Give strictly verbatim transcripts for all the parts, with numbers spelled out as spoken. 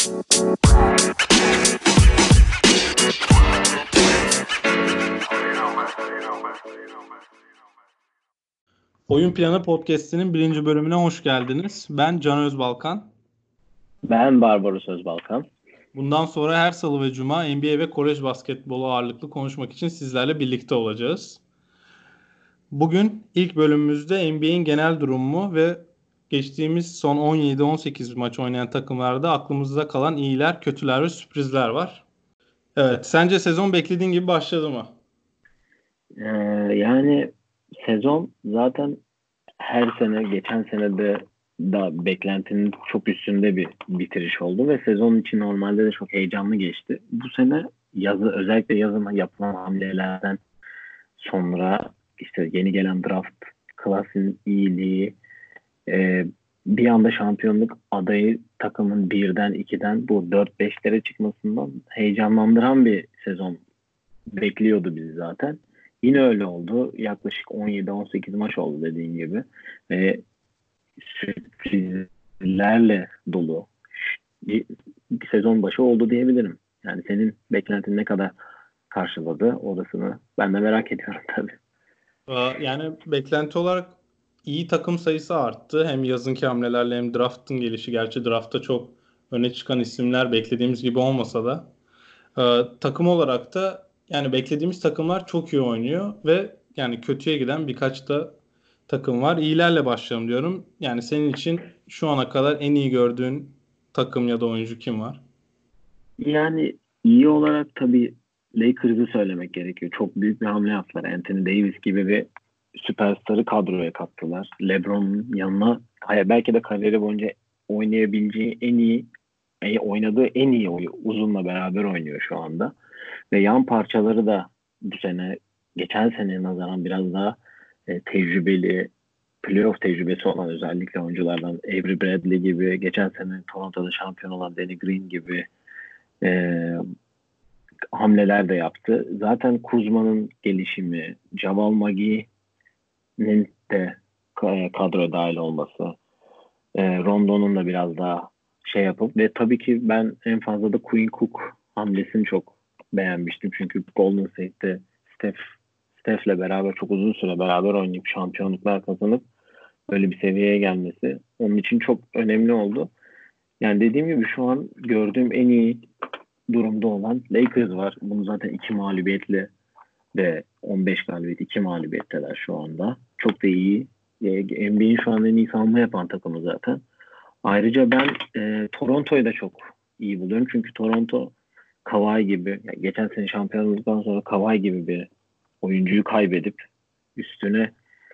Oyun Planı Podcast'inin birinci bölümüne hoş geldiniz. Ben Can Özbalkan. Ben Barbaros Özbalkan. Bundan sonra her salı ve cuma N B A ve kolej basketbolu ağırlıklı konuşmak için sizlerle birlikte olacağız. Bugün ilk bölümümüzde N B A'in genel durumu ve geçtiğimiz son on yedi on sekiz maç oynayan takımlarda aklımızda kalan iyiler, kötüler ve sürprizler var. Evet, sence sezon beklediğin gibi başladı mı? Ee, yani sezon zaten her sene, geçen sene de da beklentinin çok üstünde bir bitiriş oldu ve sezon için normalde de çok heyecanlı geçti. Bu sene yazı, özellikle yazın yapılan hamlelerden sonra işte yeni gelen draft klasının iyiliği, e, bir anda şampiyonluk adayı takımın birden ikiden bu dört beşlere çıkmasından heyecanlandıran bir sezon bekliyordu bizi zaten. Yine öyle oldu. Yaklaşık on yedi on sekiz maç oldu dediğin gibi. Ve sürprizlerle dolu bir, bir sezon başı oldu diyebilirim. Yani senin beklentin ne kadar karşıladı orasını ben de merak ediyorum tabii. Yani beklenti olarak iyi takım sayısı arttı. Hem yazınki hamlelerle hem draft'ın gelişi. Gerçi draftta çok öne çıkan isimler beklediğimiz gibi olmasa da. Ee, takım olarak da yani beklediğimiz takımlar çok iyi oynuyor ve yani kötüye giden birkaç da takım var. İyilerle başlayalım diyorum. Yani senin için şu ana kadar en iyi gördüğün takım ya da oyuncu kim var? Yani iyi olarak tabii Lakers'ı söylemek gerekiyor. Çok büyük bir hamle yaptılar. Anthony Davis gibi bir süperstarı kadroya kattılar. LeBron'un yanına hayır, belki de kariyeri boyunca oynayabileceği en iyi e, oynadığı en iyi oyu, uzunla beraber oynuyor şu anda. Ve yan parçaları da bu sene geçen seneye nazaran biraz daha e, tecrübeli, playoff tecrübesi olan özellikle oyunculardan Avery Bradley gibi, geçen sene Toronto'da şampiyon olan Danny Green gibi e, hamleler de yaptı. Zaten Kuzma'nın gelişimi, Jamal McGee'nin de kadroya dahil olması, e, Rondo'nun da biraz daha şey yapıp ve tabii ki ben en fazla da Quinn Cook hamlesini çok beğenmiştim. Çünkü Golden State'te Steph, Steph'le beraber çok uzun süre beraber oynayıp şampiyonluklar kazanıp böyle bir seviyeye gelmesi onun için çok önemli oldu. Yani dediğim gibi şu an gördüğüm en iyi durumda olan Lakers var. Bunu zaten iki mağlubiyetle ve on beş galibiyet iki mağlubiyetteler şu anda. Çok da iyi. N B A'in şu an en iyi savunma yapan takımı zaten. Ayrıca ben e, Toronto'yu da çok iyi buluyorum. Çünkü Toronto Kawhi gibi, yani geçen sene şampiyonluktan sonra Kawhi gibi bir oyuncuyu kaybedip üstüne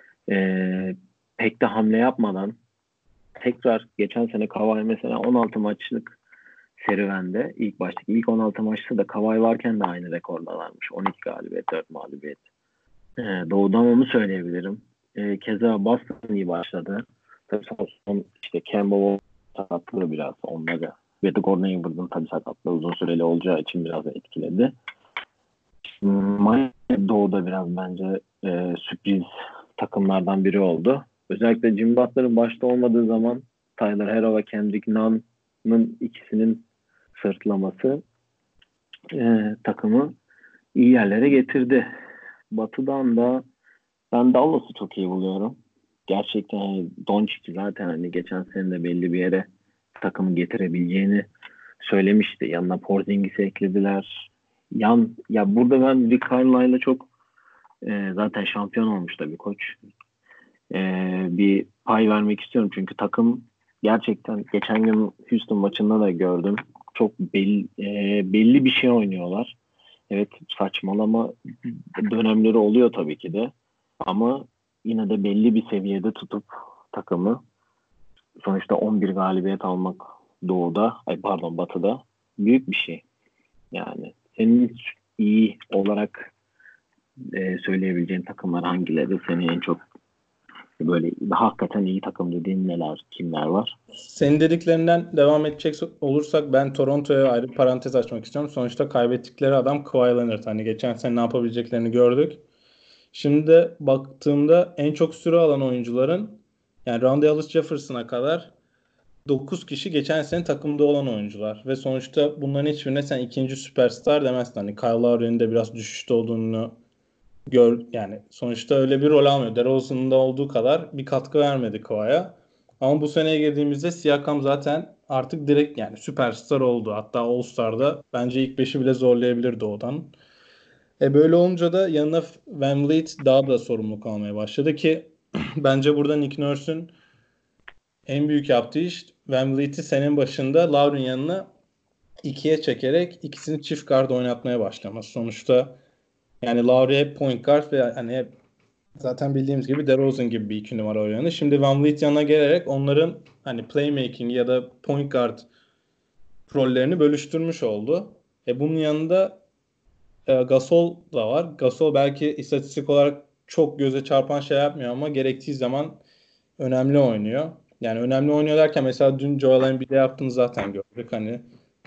e, pek de hamle yapmadan tekrar geçen sene Kawhi mesela on altı maçlık serüvende ilk baştaki ilk on altı maçta da Kawhi varken de aynı rekordalarmış. on iki galibiyet, dört mağlubiyet. Ee, doğudan onu söyleyebilirim. Ee, keza Boston iyi başladı. Tabii son, son işte Kemba sakatlığı biraz onları. Ve de Gordon Hayward'ın tabii sakatlığı uzun süreli olacağı için biraz etkiledi. Miami doğuda biraz bence e, sürpriz takımlardan biri oldu. Özellikle Jimmy Butler'ın başta olmadığı zaman Tyler Herro ve Kendrick Nunn'ın ikisinin sırtlaması e, takımı iyi yerlere getirdi. Batı'dan da ben Dallas'ı çok iyi buluyorum. Gerçekten hani Doncic zaten hani geçen sene de belli bir yere takımı getirebileceğini söylemişti. Yanına Porzingis'i eklediler. Yan ya burada ben Rick Carlisle'la çok e, zaten şampiyon olmuş da bir koç. E, bir pay vermek istiyorum çünkü takım gerçekten geçen gün Houston maçında da gördüm. Çok belli, e, belli bir şey oynuyorlar. Evet saçmalama dönemleri oluyor tabii ki de. Ama yine de belli bir seviyede tutup takımı sonuçta on bir galibiyet almak doğuda, ay pardon batıda büyük bir şey. Yani senin iyi olarak e, söyleyebileceğin takımlar hangileri? Seni en çok böyle hakikaten iyi takım dediğin neler, kimler var? Senin dediklerinden devam edecek olursak ben Toronto'ya ayrı bir parantez açmak istiyorum. Sonuçta kaybettikleri adam Kawhi Leonard. Hani geçen sene ne yapabileceklerini gördük. Şimdi de baktığımda en çok süre alan oyuncuların yani Rondae Hollis Jefferson'a kadar dokuz kişi geçen sene takımda olan oyuncular ve sonuçta bunların hiçbirine sen ikinci süperstar demezsin. Hani Kyle Lowry'nin de biraz düşüşte olduğunu gör, yani sonuçta öyle bir rol almıyor. DeRozan'ın da olduğu kadar bir katkı vermedi Kawhi'ya. Ama bu seneye girdiğimizde Siakam zaten artık direkt yani süperstar oldu. Hatta All-Star'da bence ilk beşi bile zorlayabilirdi odan. E böyle olunca da yanına VanVleet daha da sorumluluk almaya başladı ki bence burada Nick Nurse'ün en büyük yaptığı iş VanVleet'i senin başında Lowry'nin yanına ikiye çekerek ikisini çift guard oynatmaya başlaması. Sonuçta yani Lowry hep point guard ve hani hep zaten bildiğimiz gibi DeRozan gibi bir iki numara oynuyor. Şimdi VanVleet yanına gelerek onların hani playmaking ya da point guard rollerini bölüştürmüş oldu. E bunun yanında e, Gasol da var. Gasol belki istatistik olarak çok göze çarpan şey yapmıyor ama gerektiği zaman önemli oynuyor. Yani önemli oynuyor derken mesela dün Joel Embiid'e yaptığını zaten gördük. Hani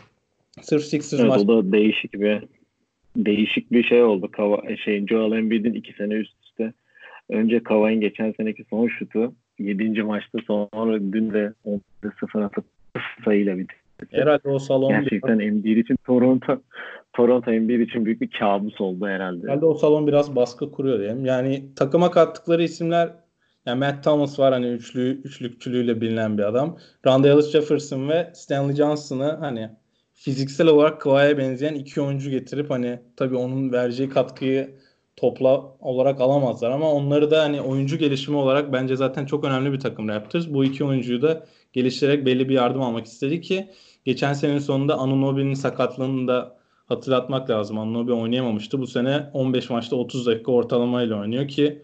sırf Sixers Evet, maç o da değişik bir değişik bir şey oldu. Kava, şey, Joel Embiid'in iki sene üst üste. Önce Kawhi'nin geçen seneki son şutu yedinci maçta, sonra dün de on sıfır atıp sayıyla bitirdi. herhalde o salon biraz, Gerçekten Embiid için Toronto Toronto Embiid için büyük bir kabus oldu herhalde. herhalde o salon biraz baskı kuruyor diyelim. Yani takıma kattıkları isimler yani Matt Thomas var hani üçlü üçlükçülüğüyle bilinen bir adam. Randall Jefferson ve Stanley Johnson'ı hani fiziksel olarak Kawhi'ye benzeyen iki oyuncu getirip hani tabii onun vereceği katkıyı topla olarak alamazlar ama onları da hani oyuncu gelişimi olarak bence zaten çok önemli bir takım Raptors. Bu iki oyuncuyu da geliştirerek belli bir yardım almak istedi ki geçen senenin sonunda Anunoby'nin sakatlığını da hatırlatmak lazım. Anunoby oynayamamıştı. Bu sene on beş maçta otuz dakika ortalamayla oynuyor ki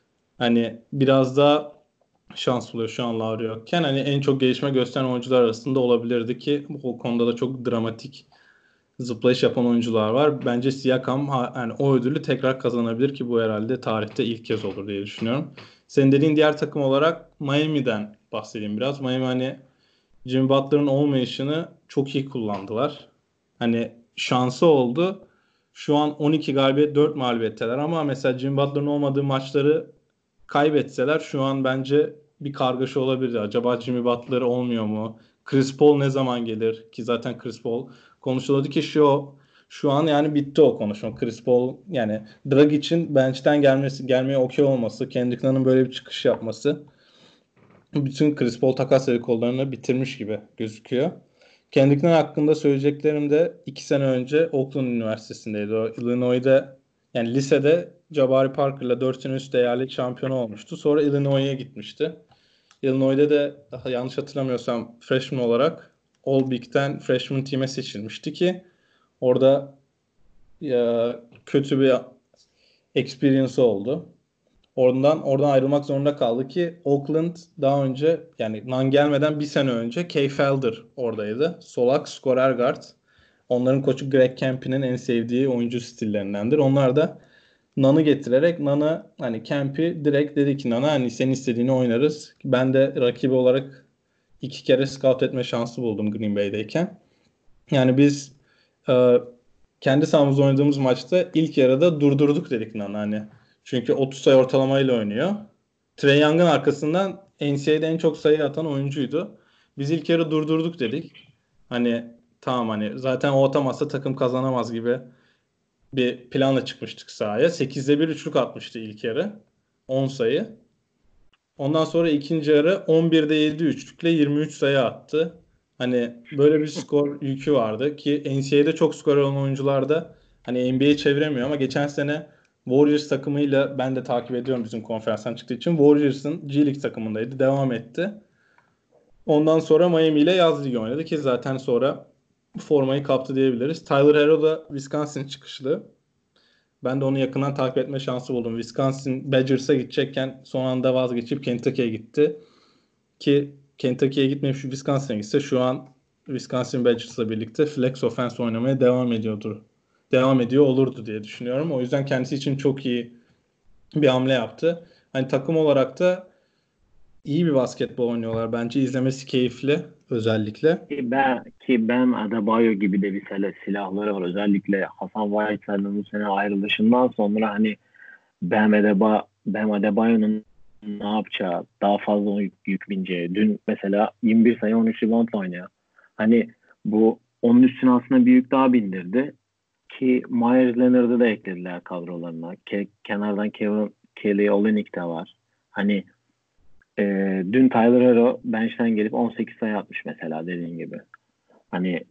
hani biraz daha şans buluyor şu an Lowry yokken. Hani en çok gelişme gösteren oyuncular arasında olabilirdi ki bu konuda da çok dramatik zıplayış yapan oyuncular var. Bence Siakam ha- yani o ödülü tekrar kazanabilir ki bu herhalde tarihte ilk kez olur diye düşünüyorum. Senin dediğin diğer takım olarak Miami'den bahsedeyim biraz. Miami hani Jimmy Butler'ın olmayışını çok iyi kullandılar. Hani şansı oldu. Şu an on iki galibiyet dört mağlubiyetteler ama mesela Jimmy Butler'ın olmadığı maçları kaybetseler şu an bence bir kargaşa olabilirdi. Acaba Jimmy Butler olmuyor mu? Chris Paul ne zaman gelir? Ki zaten Chris Paul konuşuluyordu ki şu şu an yani bitti o konuşma. Chris Paul yani Dragic'in bench'ten gelmesi, gelmeye okey olması, Kendrick'in böyle bir çıkış yapması bütün Chris Paul takas kollarını bitirmiş gibi gözüküyor. Kendinden hakkında söyleyeceklerim de iki sene önce Oakland Üniversitesi'ndeydi. O Illinois'da yani lisede Jabari Parker'la dört sene üst eyalet şampiyonu olmuştu. Sonra Illinois'a gitmişti. Illinois'da da daha yanlış hatırlamıyorsam freshman olarak All Big'den freshman team'e seçilmişti ki orada ya, kötü bir experience oldu. Oradan oradan ayrılmak zorunda kaldı ki Oakland daha önce yani Nan gelmeden bir sene önce Kay Felder oradaydı. Solak, skorer guard. Onların koçu Greg Campy'nin en sevdiği oyuncu stillerindendir. Onlar da Nan'ı getirerek Nan'a hani Campy direkt dedi ki Nan'a hani senin istediğini oynarız. Ben de rakibi olarak iki kere scout etme şansı buldum Green Bay'deyken. Yani biz e, kendi sahamızda oynadığımız maçta ilk yarıda durdurduk dedik Nan'ı hani. Çünkü otuz sayı ortalamayla oynuyor. Trae Young'ın arkasından N C A A'de en çok sayı atan oyuncuydu. Biz ilk yarı durdurduk dedik. Hani tamam hani zaten o atamazsa takım kazanamaz gibi bir planla çıkmıştık sahaya. sekizde bir üçlük atmıştı ilk yarı. on sayı. Ondan sonra ikinci yarı on birde yedi üçlükle yirmi üç sayı attı. Hani böyle bir skor yükü vardı ki N C A A'de çok skor olan oyuncular da hani N B A'ye çeviremiyor ama geçen sene Warriors takımıyla ben de takip ediyorum bizim konferanstan çıktığı için. Warriors'ın G League takımındaydı. Devam etti. Ondan sonra Miami ile yaz ligi oynadı ki zaten sonra formayı kaptı diyebiliriz. Tyler Herro da Wisconsin çıkışlı. Ben de onu yakından takip etme şansı buldum. Wisconsin Badgers'a gidecekken son anda vazgeçip Kentucky'ye gitti. Ki Kentucky'ye gitmeyip şu Wisconsin'e gitse şu an Wisconsin Badgers'la birlikte flex offense oynamaya devam ediyordu. Devam ediyor olurdu diye düşünüyorum. O yüzden kendisi için çok iyi bir hamle yaptı. Hani takım olarak da iyi bir basketbol oynuyorlar. Bence izlemesi keyifli özellikle. Ki ben, ki ben Adebayo gibi de bir sele silahları var. Özellikle Hasan Whiteside'ın bu sene ayrılışından sonra hani Bam Adebayo, Bam Adebayo'nun ne yapacağı, daha fazla yük, yük bineceği. Dün mesela yirmi bir sayı on üç reboundla oynuyor. Hani bu onun üstüne aslında bir yük daha bindirdi ki Myers Leonard'ı da eklediler kadrolarına. Ke- kenardan Kevin Kelly Olynyk de var. Hani e, dün Tyler Hero bench'ten gelip on sekiz sayı atmış mesela dediğin gibi. Hani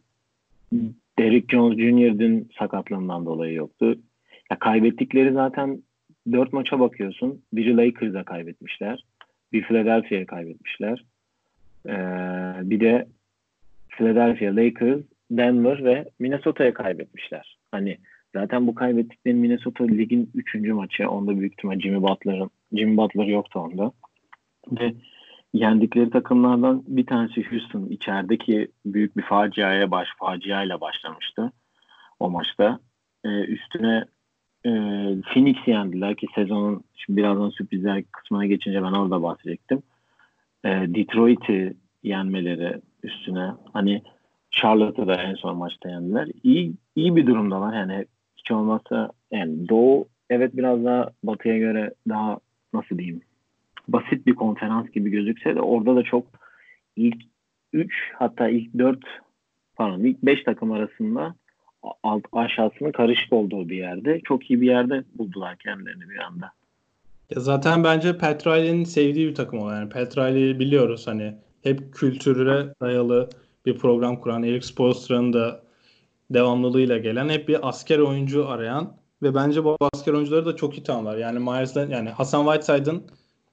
Derrick Jones Junior dün sakatlığından dolayı yoktu. Ya kaybettikleri zaten dört maça bakıyorsun. Biri Lakers'a kaybetmişler. Bir Philadelphia'ya kaybetmişler. Ee, bir de Philadelphia, Lakers, Denver ve Minnesota'ya kaybetmişler. Hani zaten bu kaybettikleri Minnesota ligin üçüncü maçı. Onda büyük ihtimal Jimmy Butler'ın Jimmy Butler yoktu onda. Ve yendikleri takımlardan bir tanesi Houston, içerideki büyük bir faciaya baş faciayla başlamıştı o maçta. Ee, üstüne e, Phoenix'i yendiler ki sezonun şimdi birazdan sürprizler kısmına geçince ben orada bahsedecektim. E, Detroit'i yenmeleri üstüne hani Charlotte'ı da en son maçta yendiler. İyi iyi bir durumdalar yani hiç olmazsa yani Doğu evet biraz daha Batı'ya göre daha nasıl diyeyim basit bir konferans gibi gözükse de orada da çok ilk üç hatta ilk dört pardon ilk beş takım arasında alt aşağısının karışık olduğu bir yerde. Çok iyi bir yerde buldular kendilerini bir anda. Ya zaten bence Pat Riley'nin sevdiği bir takım o. Yani Pat Riley'i biliyoruz hani hep kültüre dayalı bir program kuran, Eric Spoelstra'nın da devamlılığıyla gelen hep bir asker oyuncu arayan ve bence bu asker oyuncuları da çok iyi tamamlar. Yani Myers'den yani Hasan Whiteside'ın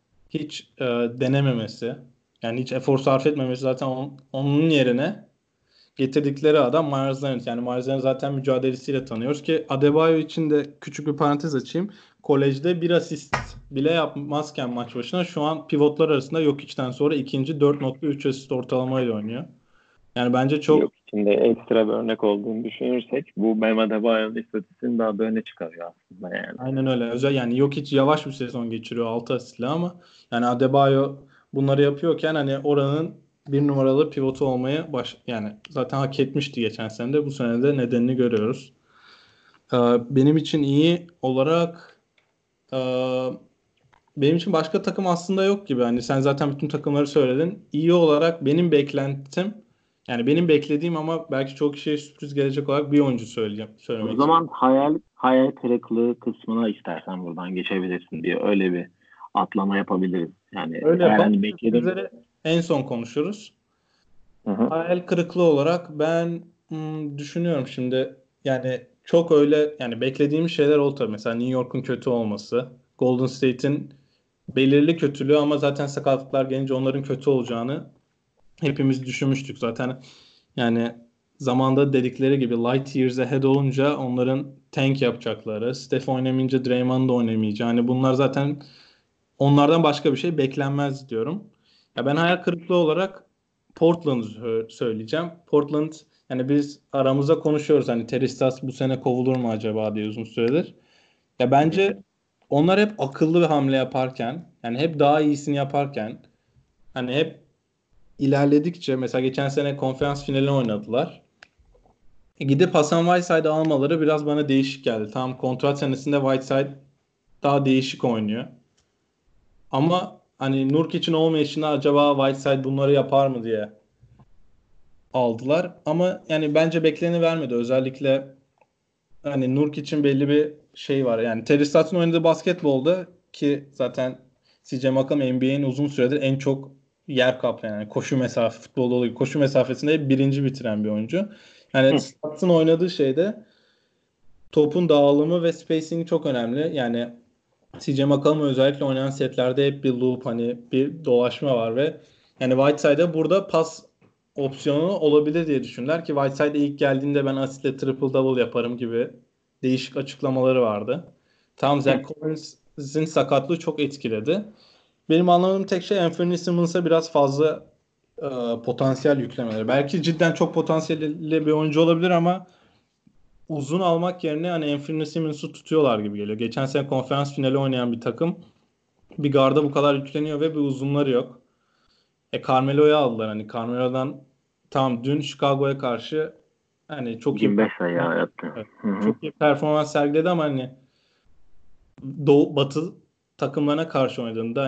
hiç e, denememesi, yani hiç efor sarf etmemesi zaten on- onun yerine getirdikleri adam Myers Leonard. Yani Myers Leonard zaten mücadelesiyle tanıyoruz ki Adebayo için de küçük bir parantez açayım. Kolejde bir asist bile yapmazken maç başına şu an pivotlar arasında yok içten sonra ikinci dört nokta üç asist ortalamayla oynuyor. Yani bence çok Yok içinde ekstra bir örnek olduğunu düşünürsek bu Mehmet Adebayo'nun istatistiğini daha da öne çıkarıyor aslında yani. aynen öyle. Özel yani yok hiç yavaş bir sezon geçiriyor altı asistle ama yani Adebayo bunları yapıyorken hani oranın bir numaralı pivotu olmaya baş yani zaten hak etmişti geçen sene de bu sene de nedenini görüyoruz. Ee, Benim için iyi olarak e, benim için başka takım aslında yok gibi. Hani sen zaten bütün takımları söyledin. İyi olarak benim beklentim yani benim beklediğim ama belki çok kişiye sürpriz gelecek olarak bir oyuncu söyleyeceğim, O söylemek zaman istiyorum. hayal hayal kırıklığı kısmına istersen buradan geçebilirsin diye öyle bir atlama yapabiliriz. Yani Öyle eğer yapalım. hani bekledim. Sürprizleri en son konuşuruz. Hı hı. Hayal kırıklığı olarak ben hmm, düşünüyorum şimdi yani çok öyle yani beklediğim şeyler oldu tabii. Mesela New York'un kötü olması, Golden State'in belirli kötülüğü ama zaten sakatlıklar gelince onların kötü olacağını hepimiz düşünmüştük zaten. Yani zamanda dedikleri gibi light years ahead olunca onların tank yapacakları, Steph oynamayınca Draymond da oynamayacağı. Yani bunlar zaten onlardan başka bir şey beklenmez diyorum. Ya ben hayal kırıklığı olarak Portland'ı sö- söyleyeceğim. Portland yani biz aramızda konuşuyoruz hani Teristas bu sene kovulur mu acaba diye uzun süredir. Ya Hı hı. bence onlar hep akıllı bir hamle yaparken yani hep daha iyisini yaparken hani hep ilerledikçe mesela geçen sene konferans finali oynadılar. E gidip Hasan Whiteside'ı almaları biraz bana değişik geldi. Tamam kontrat senesinde Whiteside daha değişik oynuyor. Ama hani Nurkic'in olmayışına acaba Whiteside bunları yapar mı diye aldılar. Ama yani bence bekleni vermedi. Özellikle hani Nurkic'in belli bir şey var. Yani Terry Stotts'un oynadığı basketbolda ki zaten C J McCollum N B A'in uzun süredir en çok yer kaplayan yani koşu mesafe futbolda olduğu gibi koşu mesafesinde hep birinci bitiren bir oyuncu. Yani Hı. Stotts'un oynadığı şeyde topun dağılımı ve spacing çok önemli. Yani C J McCollum özellikle oynayan setlerde hep bir loop hani bir dolaşma var ve yani Whiteside'e burada pas opsiyonu olabilir diye düşündüler ki Whiteside ilk geldiğinde ben asistle triple double yaparım gibi değişik açıklamaları vardı. Tam Zach Collins'in sakatlığı çok etkiledi. Benim anlamadığım tek şey Anthony Simmons'a biraz fazla e, potansiyel yüklemeleri. Belki cidden çok potansiyelli bir oyuncu olabilir ama uzun almak yerine hani Anthony Simmons'u tutuyorlar gibi geliyor. Geçen sene konferans finali oynayan bir takım bir garda bu kadar yükleniyor ve bir uzunları yok. E Carmelo'yu aldılar. Hani Carmelo'dan tam dün Chicago'ya karşı hani çok iyi yirmi beş sayı performans, yaptı. evet, Hı hı. çok iyi performans sergiledi ama hani Doğu Batı takımlarına karşı oynadığında hani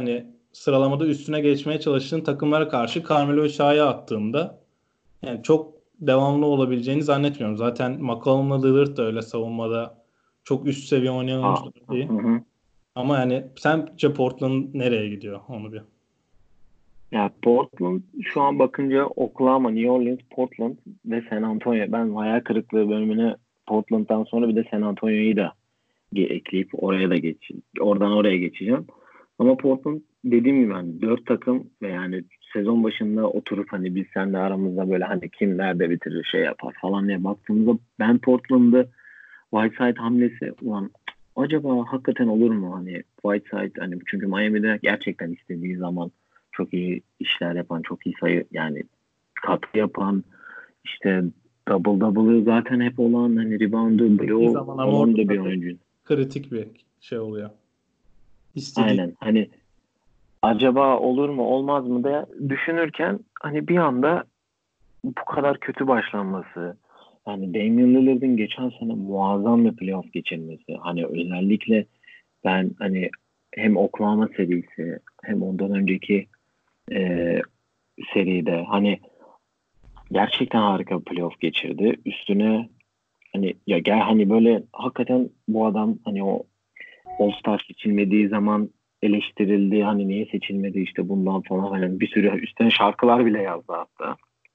sıralamada üstüne geçmeye çalıştığın takımlara karşı Carmelo'yu sahaya attığında yani çok devamlı olabileceğini zannetmiyorum. Zaten McCollum'la Lillard da öyle savunmada çok üst seviye oynayan Aa, oyuncular hı değil. hı. Ama yani sence Portland nereye gidiyor onu bir. Ya Portland şu an bakınca Oklahoma, New Orleans, Portland ve San Antonio. Ben hayal kırıklığı bölümüne Portland'dan sonra bir de San Antonio'yu da ge- ekleyip oraya da geç, oradan oraya geçeceğim. Ama Portland dediğim gibi hani dört takım ve yani sezon başında oturup hani biz seninle aramızda böyle hani kim nerede bitirir şey yapar falan diye baktığımızda ben Portland'ı Whiteside hamlesi ulan acaba hakikaten olur mu hani Whiteside hani çünkü Miami'de gerçekten istediği zaman çok iyi işler yapan çok iyi sayı yani katkı yapan işte double double'ı zaten hep olan hani rebound'u İstediği bloğu zaman ama olan orada da bir tabii oyuncu. kritik bir şey oluyor. İstediği Aynen hani acaba olur mu olmaz mı da düşünürken hani bir anda bu kadar kötü başlanması yani Damian Lillard'ın geçen sene muazzam bir playoff geçirmesi hani özellikle ben hani hem Oklahoma serisi hem ondan önceki e, seride hani gerçekten harika bir playoff geçirdi. Üstüne hani ya gel hani böyle hakikaten bu adam hani o All-Star seçilmediği zaman eleştirildi. Hani niye seçilmedi işte bundan falan hani bir sürü üstüne şarkılar bile yazdı hatta.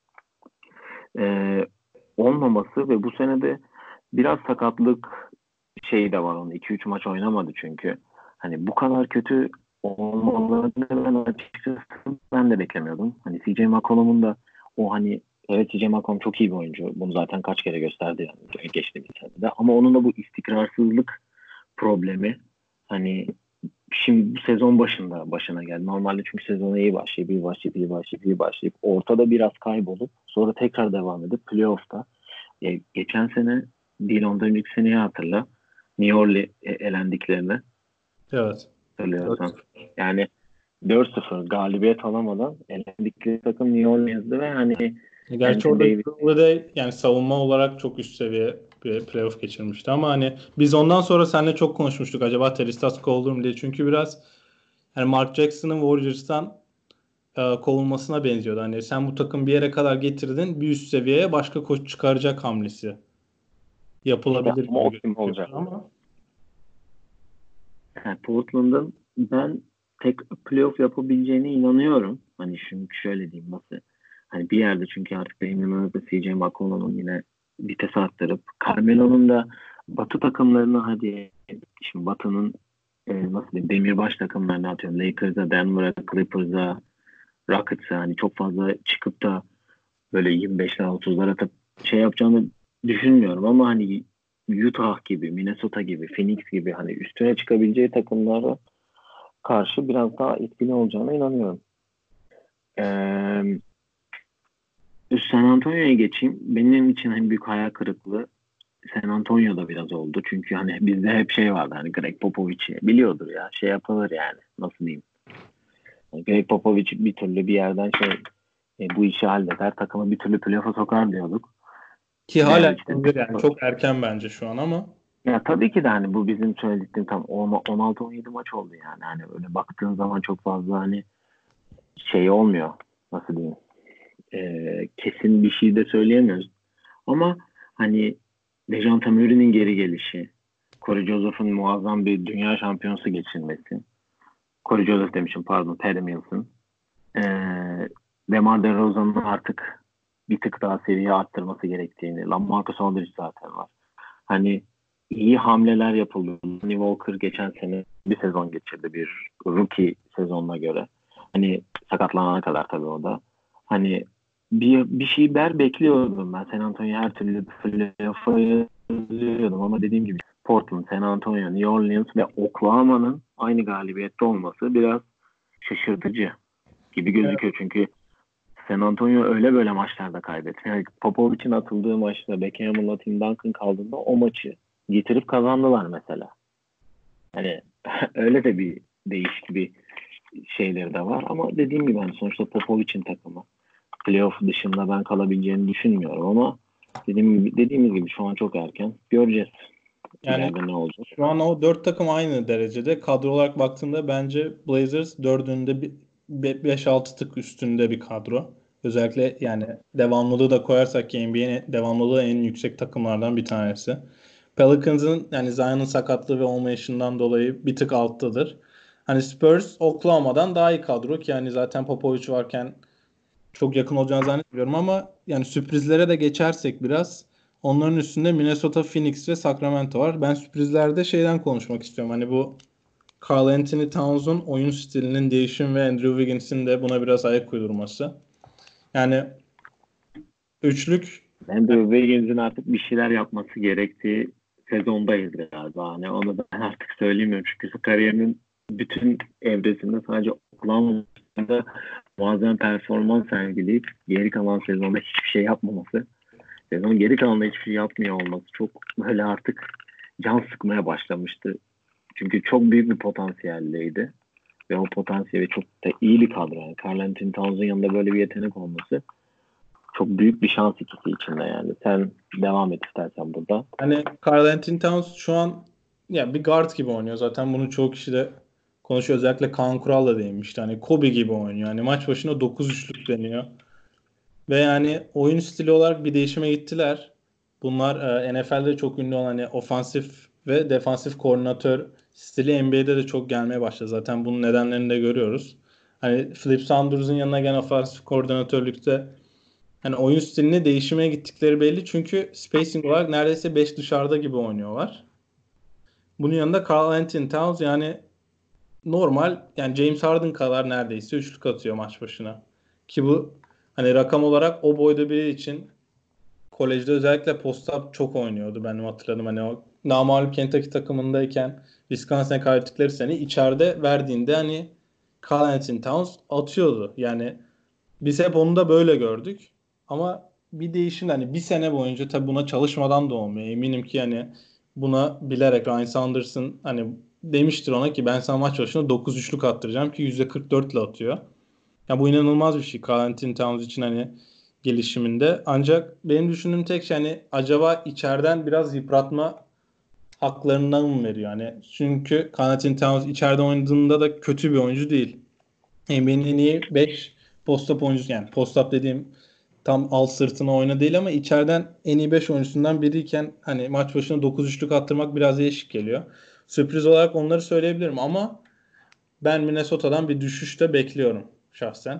Ee, olmaması ve bu sene de biraz sakatlık şeyi de var onun. iki üç maç oynamadı çünkü. Hani bu kadar kötü olmalarını ben açıkçası ben de beklemiyordum. Hani C J McCollum'un da o hani evet C J McCollum çok iyi bir oyuncu. Bunu zaten kaç kere gösterdi yani geçtiğimiz senede. Ama onun da bu istikrarsızlık problemi hani şimdi bu sezon başında başına geldi. Normalde çünkü sezona iyi başlayıp, iyi başlayıp, iyi başlayıp, iyi başlayıp ortada biraz kaybolup sonra tekrar devam edip playoff'ta e, geçen sene değil ondan önceki seneyi hatırla. New Orleans e, elendiklerini evet. hatırlıyorsan. Dört. Yani dört sıfır galibiyet alamadan elendikleri takım New Orleans'dı ve hani Gerçi Anthony orada Davis Holiday yani savunma olarak çok üst seviye bir playoff geçirmişti ama hani biz ondan sonra seninle çok konuşmuştuk acaba Teristas kovulur mu diye. Çünkü biraz yani Mark Jackson'ın Warriors'tan e, kovulmasına benziyordu. Hani sen bu takım bir yere kadar getirdin bir üst seviyeye başka koç çıkaracak hamlesi işte yapılabilir ama gibi o kim gözüküyordu olacak? ama Yani Portland'ın ben tek playoff yapabileceğine inanıyorum. Hani şimdi şöyle diyeyim nasıl. Hani bir yerde çünkü artık Damian Lillard'ı C J McCollum'un yine vites arttırıp Carmelo'nun da Batı takımlarını hadi şimdi Batı'nın e, nasıl diyeyim demirbaş takımlarını atıyorum. Lakers'a, Denver'a, Clippers'a, Rockets'a hani çok fazla çıkıp da böyle yirmi beşler otuzlar atıp şey yapacağını düşünmüyorum ama hani Utah gibi, Minnesota gibi, Phoenix gibi hani üstüne çıkabileceği takımlara karşı biraz daha etkili olacağına inanıyorum. Ee, San Antonio'ya geçeyim. Benim için en büyük hayal kırıklığı San Antonio'da biraz oldu. Çünkü hani bizde hep şey vardı hani Greg Popovich'i biliyordur ya şey yapılır yani nasıl diyeyim. Yani Greg Popovich bir türlü bir yerden şey e, bu işi halleder takımı bir türlü playoff'a sokar diyorduk. ki hala Ve işte yapabilir yani çok erken bence şu an ama ya tabii ki de hani bu bizim söylediklerimiz tam on altı on yedi maç oldu yani. Hani öyle baktığın zaman çok fazla hani şey olmuyor. Nasıl diyeyim? Ee, kesin bir şey de söyleyemiyoruz. Ama hani Dejounte Murray'nin geri gelişi, Corey Joseph'ın muazzam bir dünya şampiyonası geçirmesi. Corey Joseph demişim pardon, Patty Mills'ın. Ee, DeMar DeRozan'ın artık bir tık daha seviye arttırması gerektiğini. LaMarcus Aldridge zaten var. Hani iyi hamleler yapıldı. Lonnie Walker geçen sene bir sezon geçirdi bir rookie sezonuna göre. Hani sakatlanana kadar tabii o da. Hani bir, bir şeyler bekliyordum ben. San Antonio her türlü playoff'a yazıyordum ama dediğim gibi Portland, San Antonio, New Orleans ve Oklahoma'nın aynı galibiyette olması biraz şaşırtıcı gibi gözüküyor. Çünkü San Antonio öyle böyle maçlarda kaybetti. Yani Popovic'in atıldığı maçta Beckham'la Tim Duncan kaldığında o maçı getirip kazandılar mesela. Hani öyle de bir değişik bir şeyleri de var ama dediğim gibi hani sonuçta Popovic'in takımı. Playoff dışında ben kalabileceğini düşünmüyorum ama dediğim gibi, dediğimiz gibi şu an çok erken. Göreceğiz. Yani ileride ne olacak? şu an o dört takım aynı derecede. Kadro olarak baktığımda bence Blazers dördünde bir beş altı tık üstünde bir kadro. Özellikle yani devamlılığı da koyarsak ki N B A'nin devamlılığı en yüksek takımlardan bir tanesi. Pelicans'ın yani Zion'ın sakatlığı ve olmayışından dolayı bir tık alttadır. Hani Spurs Oklahoma'dan daha iyi kadro ki yani zaten Popovich varken çok yakın olacağını zannetmiyorum ama yani sürprizlere de geçersek biraz onların üstünde Minnesota, Phoenix ve Sacramento var. Ben sürprizlerde şeyden konuşmak istiyorum. Hani bu Karl Anthony Towns'un oyun stilinin değişim ve Andrew Wiggins'in de buna biraz ayak uydurması. Yani üçlük Andrew Wiggins'in artık bir şeyler yapması gerektiği sezondayız galiba. Hani onu ben artık söylemiyorum çünkü kariyerinin bütün evresinde sadece Oklahoma'da muazzam performans sergileyip geri kalan sezonda hiçbir şey yapmaması, sezon geri kalanında hiçbir şey yapmıyor olması çok böyle artık can sıkmaya başlamıştı. Çünkü çok büyük bir potansiyelliydi ve o potansiyeli çok da iyi bir kadro. Yani Karl Anthony Towns'un yanında böyle bir yetenek olması çok büyük bir şans ikisi için de yani. Sen devam et istersen burada. hani Karl Anthony Towns şu an ya bir guard gibi oynuyor. Zaten bunu çoğu kişi de konuşuyor. Özellikle Kaan Kural da değinmişti. Hani Kobe gibi oynuyor. Yani maç başına dokuz üçlük deniyor. Ve yani oyun stili olarak bir değişime gittiler. Bunlar e, N F L'de çok ünlü olan hani ofansif ve defansif koordinatör stili N B A'de de çok gelmeye başladı. Zaten bunun nedenlerini de görüyoruz. Hani Flip Saunders'ın yanına gelen ofansif koordinatörlükte hani oyun stilini değişime gittikleri belli. Çünkü spacing olarak neredeyse beş dışarıda gibi oynuyorlar. Bunun yanında Karl Anthony Towns yani normal yani James Harden kadar neredeyse üçlük atıyor maç başına. Ki bu hani rakam olarak o boyda biri için kolejde özellikle post-up çok oynuyordu benim hatırladım. Hani o namağlup Kentucky takımındayken Wisconsin'e kaybettikleri sene içeride verdiğinde hani Karl Anthony Towns atıyordu. Yani biz hep onu da böyle gördük. Ama bir değişim hani bir sene boyunca tabii buna çalışmadan da olmuyor. Eminim ki hani buna bilerek Ryan Saunders'ın hani demiştir ona ki ben sana maç başına dokuz üçlük attıracağım ki yüzde kırk dört ile atıyor. Ya bu inanılmaz bir şey Karl Anthony Towns için hani gelişiminde. Ancak benim düşündüğüm tek şey hani acaba içeriden biraz yıpratma haklarından mı veriyor? Yani çünkü Karl Anthony Towns içeride oynadığında da kötü bir oyuncu değil. N B A'nin en iyi beş post-up oyuncusu yani post-up dediğim tam alt sırtına oyna değil ama içeriden en iyi beş oyuncusundan biriyken hani maç başına dokuz üçlük attırmak biraz değişik geliyor. Sürpriz olarak onları söyleyebilirim ama ben Minnesota'dan bir düşüş de bekliyorum şahsen.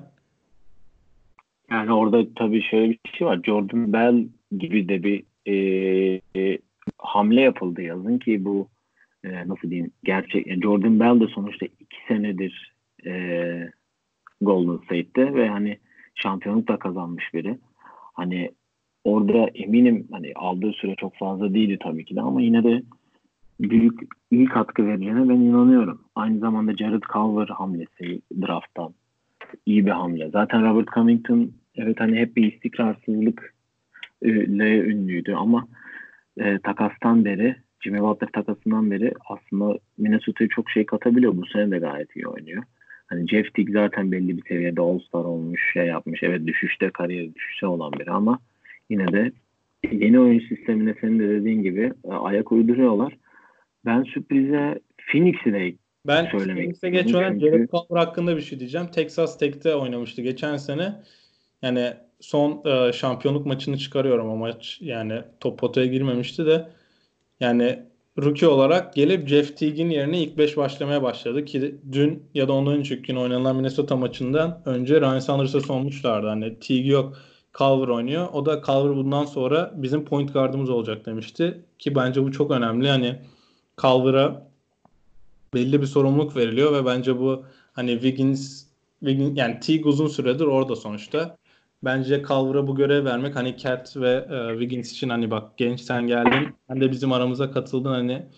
Yani orada tabii şöyle bir şey var. Jordan Bell gibi de bir e, e, hamle yapıldı yazın ki bu e, nasıl diyeyim gerçek. Yani Jordan Bell de sonuçta iki senedir e, Golden State'te ve hani şampiyonluk da kazanmış biri. Hani orada eminim hani aldığı süre çok fazla değildi tabii ki de ama yine de büyük iyi katkı vereceğine ben inanıyorum. Aynı zamanda Jared Culver hamlesi drafttan iyi bir hamle. Zaten Robert Covington evet hani hep bir istikrarsızlık e, ile ünlüydü ama e, takastan beri Jimmy Butler takasından beri aslında Minnesota'ya çok şey katabiliyor. Bu sene de gayet iyi oynuyor. Hani Jeff Teague zaten belli bir seviyede All-Star olmuş, şey yapmış. Evet düşüşte, kariyeri düşüşte olan biri ama yine de yeni oyun sistemine senin de dediğin gibi e, ayak uyduruyorlar. Ben sürprize Phoenix'i de Ben söylemek Phoenix'e istiyorum geçmeden Jared çünkü Culver hakkında bir şey diyeceğim. Texas Tech'te oynamıştı geçen sene. Yani son e, şampiyonluk maçını çıkarıyorum o maç. Yani top potaya girmemişti de. Yani rookie olarak gelip Jeff Teague'in yerine ilk beş başlamaya başladı ki dün ya da ondan önceki gün oynanan Minnesota maçından önce Ryan Sanders'a sormuşlardı. Hani Teague yok, Culver oynuyor. O da Culver bundan sonra bizim point guardımız olacak demişti. Ki bence bu çok önemli. Hani Culver'a belli bir sorumluluk veriliyor ve bence bu hani Wiggins, Wiggins yani Teague uzun süredir orada sonuçta. Bence Culver'a bu görev vermek hani Cat ve e, Wiggins için hani bak genç sen geldin. Sen de bizim aramıza katıldın hani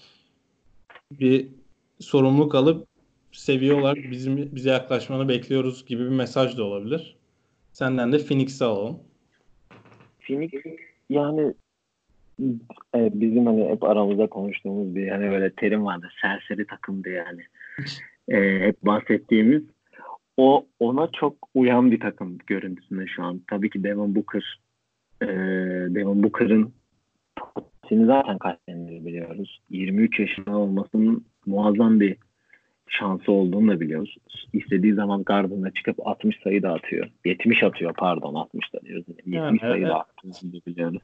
bir sorumluluk alıp seviye olarak bizim bize yaklaşmanı bekliyoruz gibi bir mesaj da olabilir. Senden de Phoenix'i alalım. Phoenix yani evet, bizim hani hep aramızda konuştuğumuz bir hani böyle terim vardı. Serseri takımdı yani. Ee, hep bahsettiğimiz. O ona çok uyan bir takım görüntüsünde şu an. Tabii ki Devin Booker e, Devin Booker'ın Maxey'nin zaten kaç senedir biliyoruz. yirmi üç yaşında olmasının muazzam bir şansı olduğunu da biliyoruz. İstediği zaman gardına çıkıp altmış sayı da atıyor. yetmiş atıyor pardon altmış da diyoruz. Yani yetmiş sayı evet. da attığını da biliyoruz.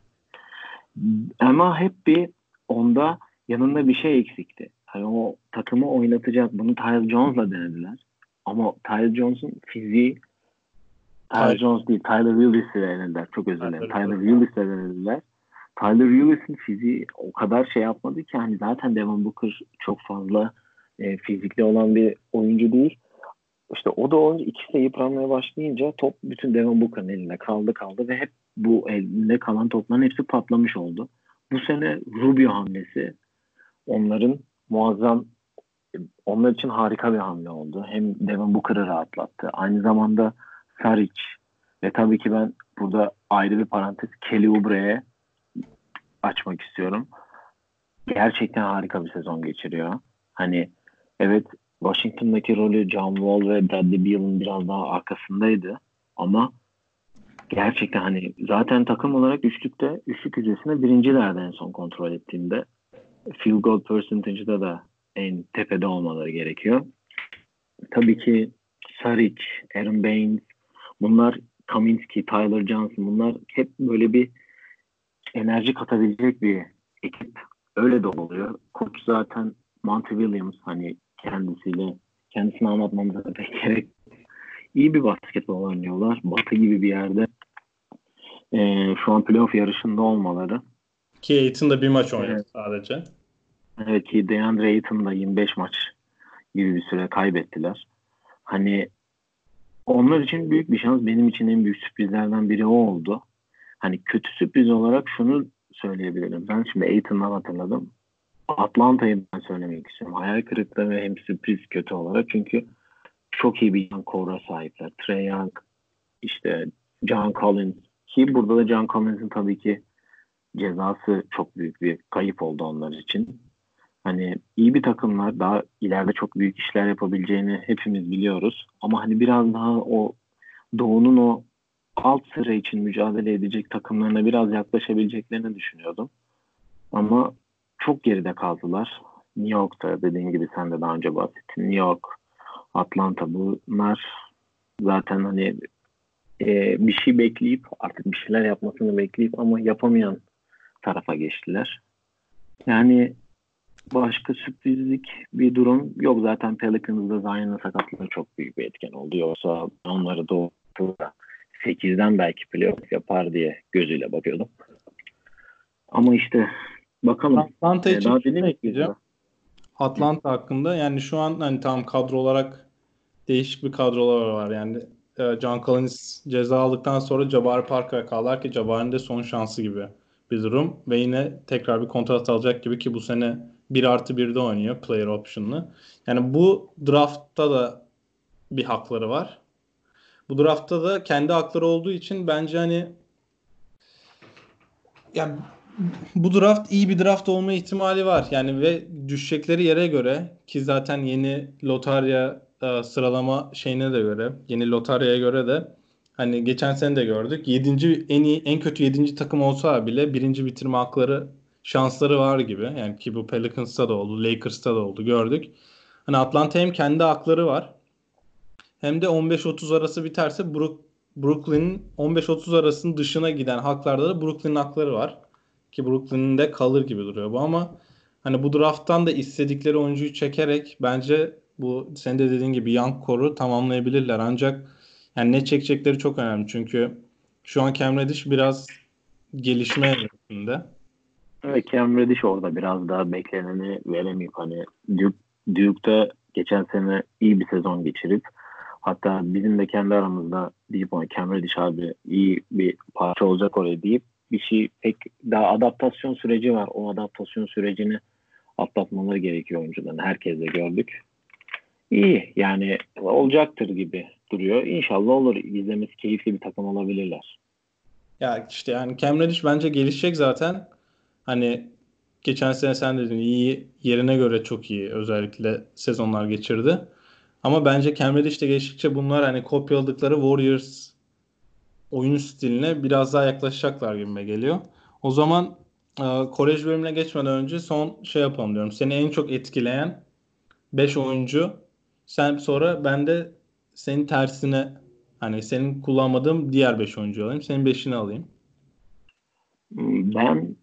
Ama hep bir onda yanında bir şey eksikti. Hani o takımı oynatacak. Bunu Tyler Jones'la denediler. Ama Tyler Jones'un fiziği Tyler Tyler, Jones değil, Tyler Willis'le denediler. Çok özür dilerim. Tyler Tyler Hero. Willis'le denediler. Tyler Willis'in fiziği o kadar şey yapmadı ki hani zaten Devin Booker çok fazla e, fizikli olan bir oyuncu değil. İşte o da olunca ikisi de yıpranmaya başlayınca top bütün Devin Booker'ın elinde kaldı kaldı ve hep bu elinde kalan topların hepsi patlamış oldu. Bu sene Rubio hamlesi onların muazzam onlar için harika bir hamle oldu. Hem Devin Booker'ı rahatlattı. Aynı zamanda Saric ve tabii ki ben burada ayrı bir parantez Kelly Oubre'ye açmak istiyorum. Gerçekten harika bir sezon geçiriyor. Hani evet Washington'daki rolü John Wall ve Bradley Beal'ın biraz daha arkasındaydı. Ama gerçekten hani zaten takım olarak üçlükte üçlük yüzdesinde birincilerdi en son kontrol ettiğimde. Field goal percentage'da da en tepede olmaları gerekiyor. Tabii ki Saric, Aaron Baines, bunlar Kaminsky, Tyler Johnson bunlar hep böyle bir enerji katabilecek bir ekip. Öyle de oluyor. Koç zaten Monty Williams hani kendisiyle kendisini anlatmamıza da pek gerek. İyi bir basketbol oynuyorlar. Batı gibi bir yerde e, şu an playoff yarışında olmaları. Ki Aiton da bir maç oynadı Evet, sadece. evet ki DeAndre Ayton da yirmi beş maç gibi bir süre kaybettiler. Hani onlar için büyük bir şans. Benim için en büyük sürprizlerden biri o oldu. Hani kötü sürpriz olarak şunu söyleyebilirim. Ben şimdi Aiton'dan hatırladım. Atlanta'yı ben söylemek istiyorum. Hayal kırıklığı ve hem sürpriz kötü olarak. Çünkü çok iyi bir yan kora sahipler. Trae Young, işte John Collins. Ki burada da John Collins'in tabii ki cezası çok büyük bir kayıp oldu onlar için. Hani iyi bir takımlar daha ileride çok büyük işler yapabileceğini hepimiz biliyoruz. Ama hani biraz daha o Doğu'nun o alt sıra için mücadele edecek takımlarına biraz yaklaşabileceklerini düşünüyordum. Ama çok geride kaldılar. New York'ta dediğin gibi sen de daha önce bahsettin. New York, Atlanta bunlar zaten hani e, bir şey bekleyip artık bir şeyler yapmasını bekleyip ama yapamayan tarafa geçtiler. Yani başka sürprizlik bir durum yok. Zaten Pelicans'da Zion'ın sakatlığı çok büyük bir etken oldu. Yoksa onları doğrultuda sekizden belki playoff yapar diye gözüyle bakıyordum. Ama işte bakalım. Atlanta Ee, için daha şunu dediğim gibi ekleyeceğim. Atlanta hakkında yani şu an hani tam kadro olarak değişik bir kadrolar var. Yani e, John Collins ceza aldıktan sonra Jabari Parker'a kaldılar ki Jabari'nin de son şansı gibi bir durum. Ve yine tekrar bir kontrat alacak gibi ki bu sene bir artı birde oynuyor player option'lı. Yani bu draftta da bir hakları var. Bu draftta da kendi hakları olduğu için bence hani yani bu draft iyi bir draft olma ihtimali var. Yani ve düşecekleri yere göre ki zaten yeni lotarya e, sıralama şeyine de göre, yeni lotaryaya göre de hani geçen sene de gördük. Yedinci en iyi en kötü yedinci takım olsa bile birinci bitirme hakları şansları var gibi. Yani ki bu Pelicans'ta da oldu, Lakers'ta da oldu gördük. Hani Atlanta hem kendi hakları var hem de on beş otuz arası biterse Brook, Brooklyn'in on beş otuz arasının dışına giden haklarda da Brooklyn'in hakları var. Ki Brooklyn'in de kalır gibi duruyor bu ama hani bu drafttan da istedikleri oyuncuyu çekerek bence bu senin de dediğin gibi young core'u tamamlayabilirler. Ancak yani ne çekecekleri çok önemli. Çünkü şu an Cam Reddish biraz gelişme evresinde. evet, Cam Reddish orada biraz daha bekleneni veremeyip hani Duke, Duke'da geçen sene iyi bir sezon geçirip hatta bizim de kendi aramızda deyip ona Cam Reddish abi iyi bir parça olacak oraya deyip bir şey pek daha adaptasyon süreci var. O adaptasyon sürecini atlatmaları gerekiyor oyuncuların. Herkes de gördük. İyi yani olacaktır gibi duruyor. İnşallah olur. İzlemesi keyifli bir takım olabilirler. Ya işte yani Cam Reddish bence gelişecek zaten. Hani geçen sene sen dedin iyi yerine göre çok iyi özellikle sezonlar geçirdi. Ama bence Cam Reddish de geçtikçe bunlar hani kopyaladıkları Warriors oyun stiline biraz daha yaklaşacaklar gibime geliyor. O zaman Ee, kolej bölümüne geçmeden önce son şey yapalım diyorum. Seni en çok etkileyen beş oyuncu. Sen sonra ben de senin tersine, hani senin kullanmadığın diğer beş oyuncu alayım. Senin beşini alayım. Ben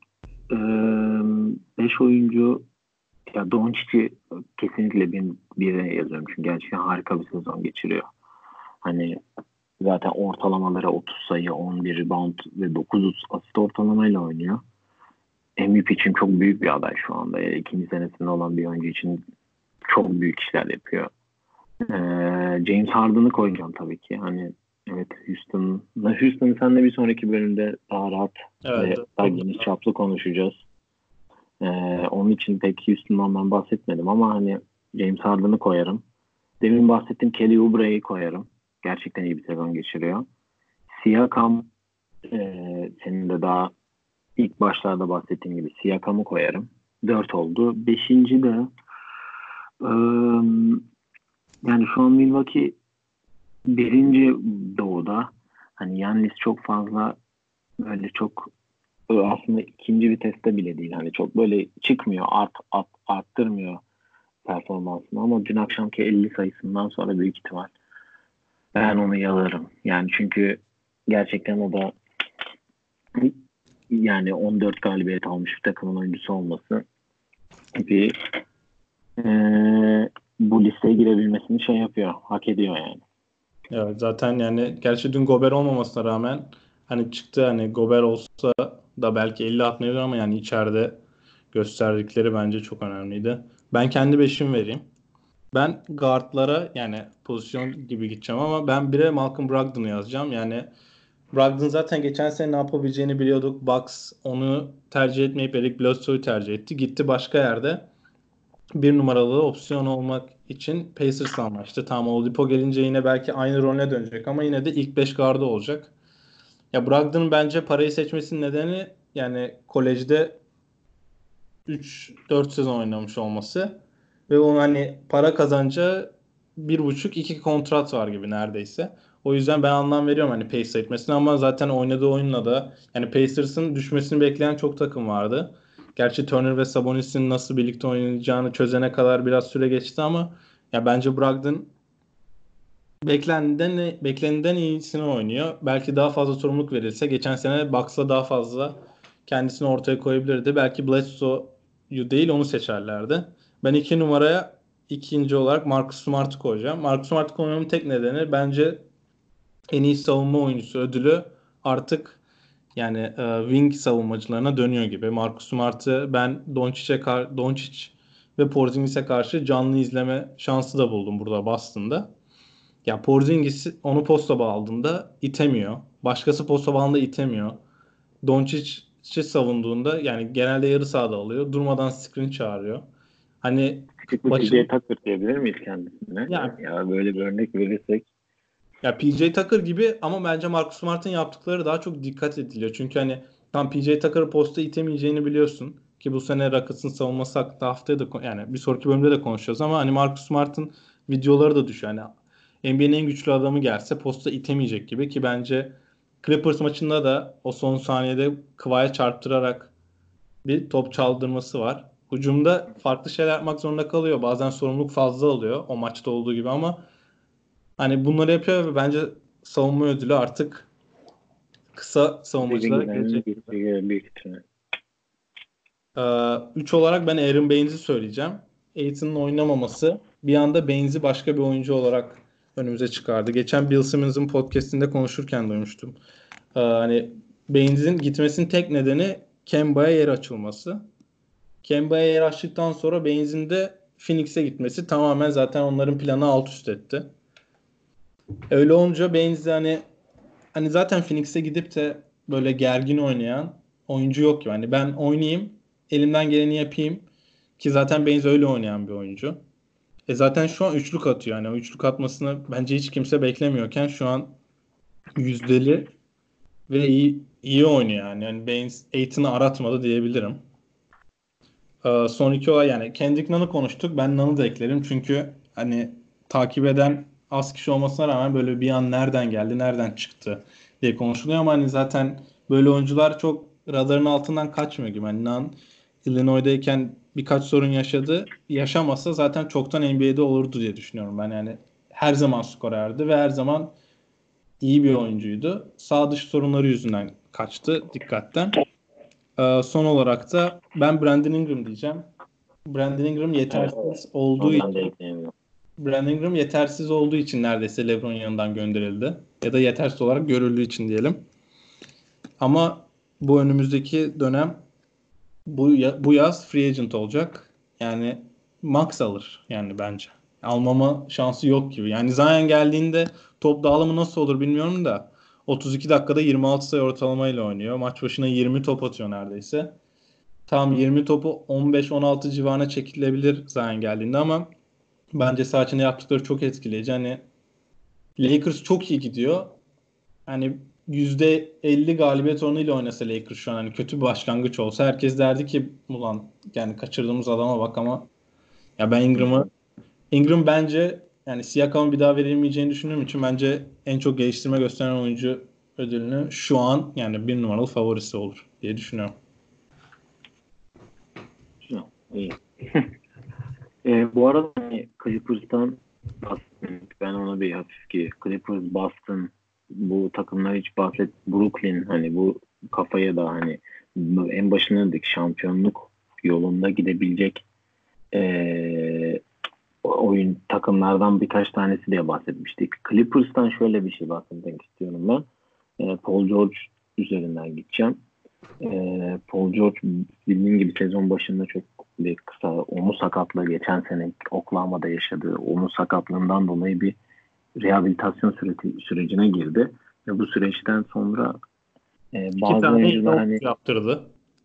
beş oyuncu, ya Doncic'i kesinlikle bir, birine yazıyorum. Çünkü gerçekten harika bir sezon geçiriyor. Hani zaten ortalamaları otuz sayı, on bir rebound ve dokuz asist ortalamayla oynuyor. M V P için çok büyük bir aday şu anda. Yani ikinci senesinde olan bir oyuncu için çok büyük işler yapıyor. Ee, James Harden'ı koyacağım tabii ki. Hani evet, Houston, Houston'ı seninle bir sonraki bölümde daha rahat Evet. ve daha geniş çaplı konuşacağız. Ee, onun için pek Houston'dan ben bahsetmedim ama hani James Harden'ı koyarım. Demin bahsettiğim Kelly Oubre'yi koyarım. Gerçekten iyi bir sezon geçiriyor. Siakam, e, senin de daha ilk başlarda bahsettiğim gibi Siakam'ı koyarım. Dört oldu. Beşinci de e, yani şu an Milwaukee birinci doğuda. Hani Yannis çok fazla böyle çok aslında ikinci viteste bile değil. Hani çok böyle çıkmıyor, art, art arttırmıyor performansını ama dün akşamki elli sayısından sonra büyük ihtimal ben onu yalarım. Yani çünkü gerçekten o da yani on dört galibiyet almış bir takımın oyuncusu olması bir e, bu listeye girebilmesini şey yapıyor. Hak ediyor yani. Evet, zaten yani gerçi dün Gober olmamasına rağmen hani çıktı, hani Gober olsa da belki elli atmayabilir ama yani içeride gösterdikleri bence çok önemliydi. Ben kendi beşim vereyim. Ben guardlara yani pozisyon gibi gideceğim ama ben bire Malcolm Brogdon'u yazacağım. Yani Brogdon zaten geçen sene ne yapabileceğini biliyorduk. Bucks onu tercih etmeyip Eric Bledsoe'yu tercih etti. Gitti başka yerde bir numaralı opsiyon olmak için Pacers'la anlaştı. Tamam, Oladipo gelince yine belki aynı rolüne dönecek ama yine de ilk beş gardı olacak. Ya Brogdon'un bence parayı seçmesinin nedeni yani kolejde üç dört sezon oynamış olması ve onun hani para kazanca bir buçuk iki kontrat var gibi neredeyse. O yüzden ben anlam veriyorum hani Pacers etmesine ama zaten oynadığı oyunla da yani Pacers'ın düşmesini bekleyen çok takım vardı. Gerçi Turner ve Sabonis'in nasıl birlikte oynayacağını çözene kadar biraz süre geçti ama ya bence Brogdon beklenenden beklenenden iyisini oynuyor. Belki daha fazla sorumluluk verilse geçen sene Bucks'la daha fazla kendisini ortaya koyabilirdi. Belki Bledsoe'yu değil onu seçerlerdi. Ben iki numaraya ikinci olarak Marcus Smart'ı koyacağım. Marcus Smart'ı koymamın tek nedeni bence en iyi savunma oyuncusu ödülü artık yani e, wing savunmacılarına dönüyor gibi. Marcus Smart'ı ben Doncic'e kar Doncic ve Porzingis'e karşı canlı izleme şansı da buldum burada Boston'da. Ya Porzingis onu posta bağladığında itemiyor. Başkası posta bağladığında itemiyor. Doncic'i savunduğunda yani genelde yarı sahada alıyor. Durmadan screen çağırıyor. Hani Küçük bir P J maçın Tucker diyebilir miyiz kendisine? yani Ya böyle bir örnek verirsek. ya P J Tucker gibi ama bence Marcus Smart'ın yaptıkları daha çok dikkat ediliyor. Çünkü hani tam P J Tucker'ı posta itemeyeceğini biliyorsun ki bu sene Rockets'ın savunması hakkında haftaya da kon- yani bir sonraki bölümde de konuşacağız ama hani Marcus Smart'ın videoları da düşüyor. Yani N B A'nin en güçlü adamı gelse posta itemeyecek gibi ki bence Clippers maçında da o son saniyede Kıvay'a çarptırarak bir top çaldırması var. Hücumda farklı şeyler yapmak zorunda kalıyor. Bazen sorumluluk fazla alıyor o maçta olduğu gibi ama hani bunları yapıyor ve bence savunma ödülü artık kısa Dediğin savunmacılara gibi gelecek bir, gibi. bir, büyük ihtimal. Ee, üç olarak ben Aaron Baines'i söyleyeceğim. Aiton'un oynamaması bir anda Baines'i başka bir oyuncu olarak önümüze çıkardı. Geçen Bill Simmons'ın podcast'inde konuşurken duymuştum. Ee, hani Baines'in gitmesinin tek nedeni Kemba'ya yer açılması. Kemba'ya yer açtıktan sonra Baines'in de Phoenix'e gitmesi tamamen zaten onların planı alt üst etti. Öyle olunca Baines de hani hani zaten Phoenix'e gidip de böyle gergin oynayan oyuncu yok yani. Ben oynayayım, elimden geleni yapayım ki zaten Baines öyle oynayan bir oyuncu. E zaten şu an üçlük atıyor yani. O üçlük atmasını bence hiç kimse beklemiyorken şu an yüzdeli ve iyi iyi oynuyor yani. Yani Baines Aiton'u aratmadı diyebilirim. Ee, son iki olay yani Kendrick Nunn'ı konuştuk. Ben Nunn'ı da eklerim çünkü hani takip eden az kişi olmasına rağmen böyle bir an nereden geldi, nereden çıktı diye konuşuluyor ama hani zaten böyle oyuncular çok radarın altından kaçmıyor gibi. Yani Nunn Illinois'dayken birkaç sorun yaşadı. Yaşamasa zaten çoktan N B A'de olurdu diye düşünüyorum ben. Yani her zaman skorerdi ve her zaman iyi bir oyuncuydu. Sağ dış sorunları yüzünden kaçtı dikkatten. Ee, son olarak da ben Brandon Ingram diyeceğim. Brandon Ingram Evet. yetersiz olduğu Onu ben de için ekleyemiyorum. Brandon Ingram yetersiz olduğu için neredeyse LeBron yanından gönderildi. Ya da yetersiz olarak görüldüğü için diyelim. Ama bu önümüzdeki dönem bu, ya- bu yaz free agent olacak. Yani max alır yani bence. Almama şansı yok gibi. Yani Zion geldiğinde top dağılımı nasıl olur bilmiyorum da otuz iki dakikada yirmi altı sayı ortalamayla oynuyor. Maç başına yirmi top atıyor neredeyse. Tam yirmi topu on beş on altı civarına çekilebilir Zion geldiğinde ama bence saha içinde yaptıkları çok etkileyici. Hani Lakers çok iyi gidiyor. Hani yüzde elli galibiyet oranıyla oynasa Lakers şu an hani kötü bir başlangıç olsa herkes derdi ki ulan yani kaçırdığımız adama bak ama ya ben Hı Ingram'ı hı. Ingram bence yani Siakam'ın bir daha verilmeyeceğini düşündüğüm için bence en çok geliştirme gösteren oyuncu ödülünü şu an yani bir numaralı favorisi olur diye düşünüyorum. Güzel, iyi. E, bu arada hani Clippers'tan bahsettik. Ben ona bir hafif ki Clippers, Boston bu takımlar hiç bahset. Brooklyn hani bu kafaya da hani en başına dedik şampiyonluk yolunda gidebilecek e, oyun takımlardan birkaç tanesi diye bahsetmiştik. Clippers'tan şöyle bir şey bahsetmek istiyorum ben. E, Paul George üzerinden gideceğim. Ee, Paul George bildiğin gibi sezon başında çok bir kısa omuz sakatlığı geçen sene Oklahoma'da yaşadığı omuz sakatlığından dolayı bir rehabilitasyon süreci, sürecine girdi. Ve bu süreçten sonra e, İki bazı tane oyuncular inox hani yaptırdı.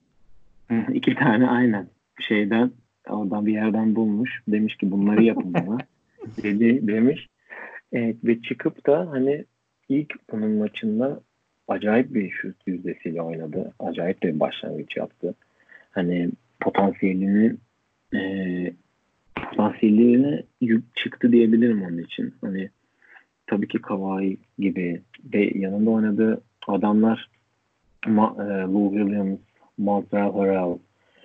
iki tane aynen şeyden oradan bir yerden bulmuş. Demiş ki bunları yapın bana. Dedi, demiş. Evet, ve çıkıp da hani ilk bunun maçında acayip bir şut yüzdesiyle oynadı. Acayip de bir başlangıç yaptı. Hani potansiyelini e, potansiyeline yük çıktı diyebilirim onun için. Hani tabii ki Kawhi gibi ve yanında oynadığı adamlar Ma, e, Lou Williams, Montrezl Harrell,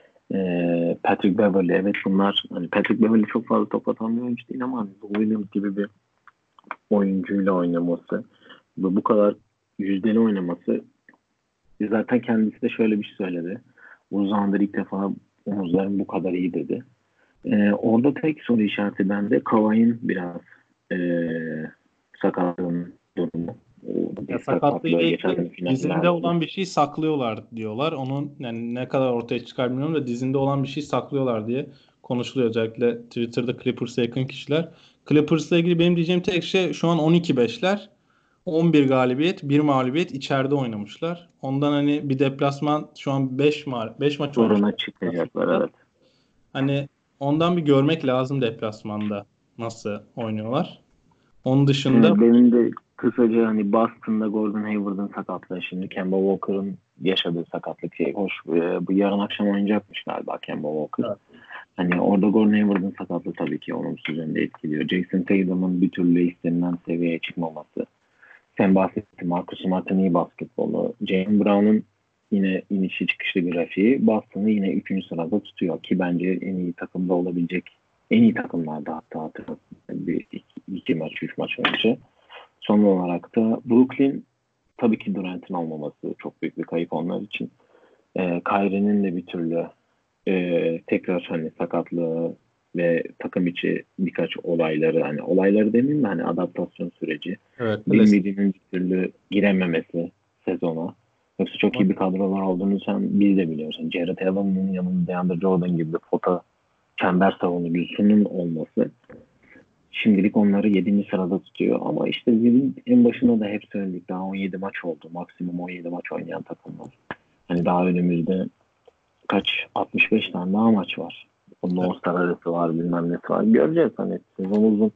e, Patrick Beverley. Evet bunlar hani Patrick Beverley çok fazla top atan bir oyuncu değil ama hani Lou Williams gibi bir oyuncuyla oynaması ve bu kadar yüzdeli oynaması zaten kendisi de şöyle bir şey söyledi. Uzun zamandır ilk defa omuzlarım bu kadar iyi dedi. Ee, orada tek soru işareti bende Kawhi'nin biraz ee, sakatlığının durumu. O Ya bir sakatlığı sakatlığıyla geçen ilgili sene dizinde finallerde. olan bir şey saklıyorlar diyorlar. Onun yani ne kadar ortaya çıkar bilmiyorum da dizinde olan bir şey saklıyorlar diye konuşuluyor özellikle Twitter'da Clippers'a yakın kişiler. Clippers'la ilgili benim diyeceğim tek şey şu an on iki beşler. on bir galibiyet, bir mağlubiyet içeride oynamışlar. Ondan hani bir deplasman şu an beş ma beş maç oynamış. Soruna çıkacaklar evet. Hani ondan bir görmek lazım deplasmanda nasıl oynuyorlar. Onun dışında Evet, benim de kısaca hani Boston'da Gordon Hayward'ın sakatlığı şimdi Kemba Walker'ın yaşadığı sakatlık şey hoş e, bu yarın akşam oynayacakmış galiba Kemba Walker. evet, Hani orada Gordon Hayward'ın sakatlığı tabii ki olumsuz yönde etkiliyor. Jason Tatum'un bir türlü istenilen seviyeye çıkmaması. Sen bahsettin Marcus Smart'ın iyi basketbolu. Jaylen Brown'un yine inişi çıkışlı bir grafiği. Boston'ı yine üçüncü sırada tutuyor ki bence en iyi takımda olabilecek en iyi takımlarda hatta hatırlasın. Bir iki, iki maç, üç maç önce. Son olarak da Brooklyn tabii ki Durant'in olmaması çok büyük bir kayıp onlar için. E, Kyrie'nin de bir türlü e, tekrar hani sakatlığı ve takım içi birkaç olayları hani olayları demeyeyim de hani adaptasyon süreci evet, klasik. Dinwiddie'nin bir türlü girememesi sezona. Yoksa çok iyi bir kadrolar olduğunu sen biz de biliyorsun. Jared Allen'ın yanında DeAndre Jordan gibi pota çember savunucusunun olması şimdilik onları yedinci sırada tutuyor. Ama işte bizim en başında da hep söyledik. Daha on yedi maç oldu. Maksimum on yedi maç oynayan takımlar. Hani daha önümüzde kaç altmış beş tane daha maç var. Bunun Evet, All-Star arası var bilmem nesi var. Göreceğiz hani sezon uzun.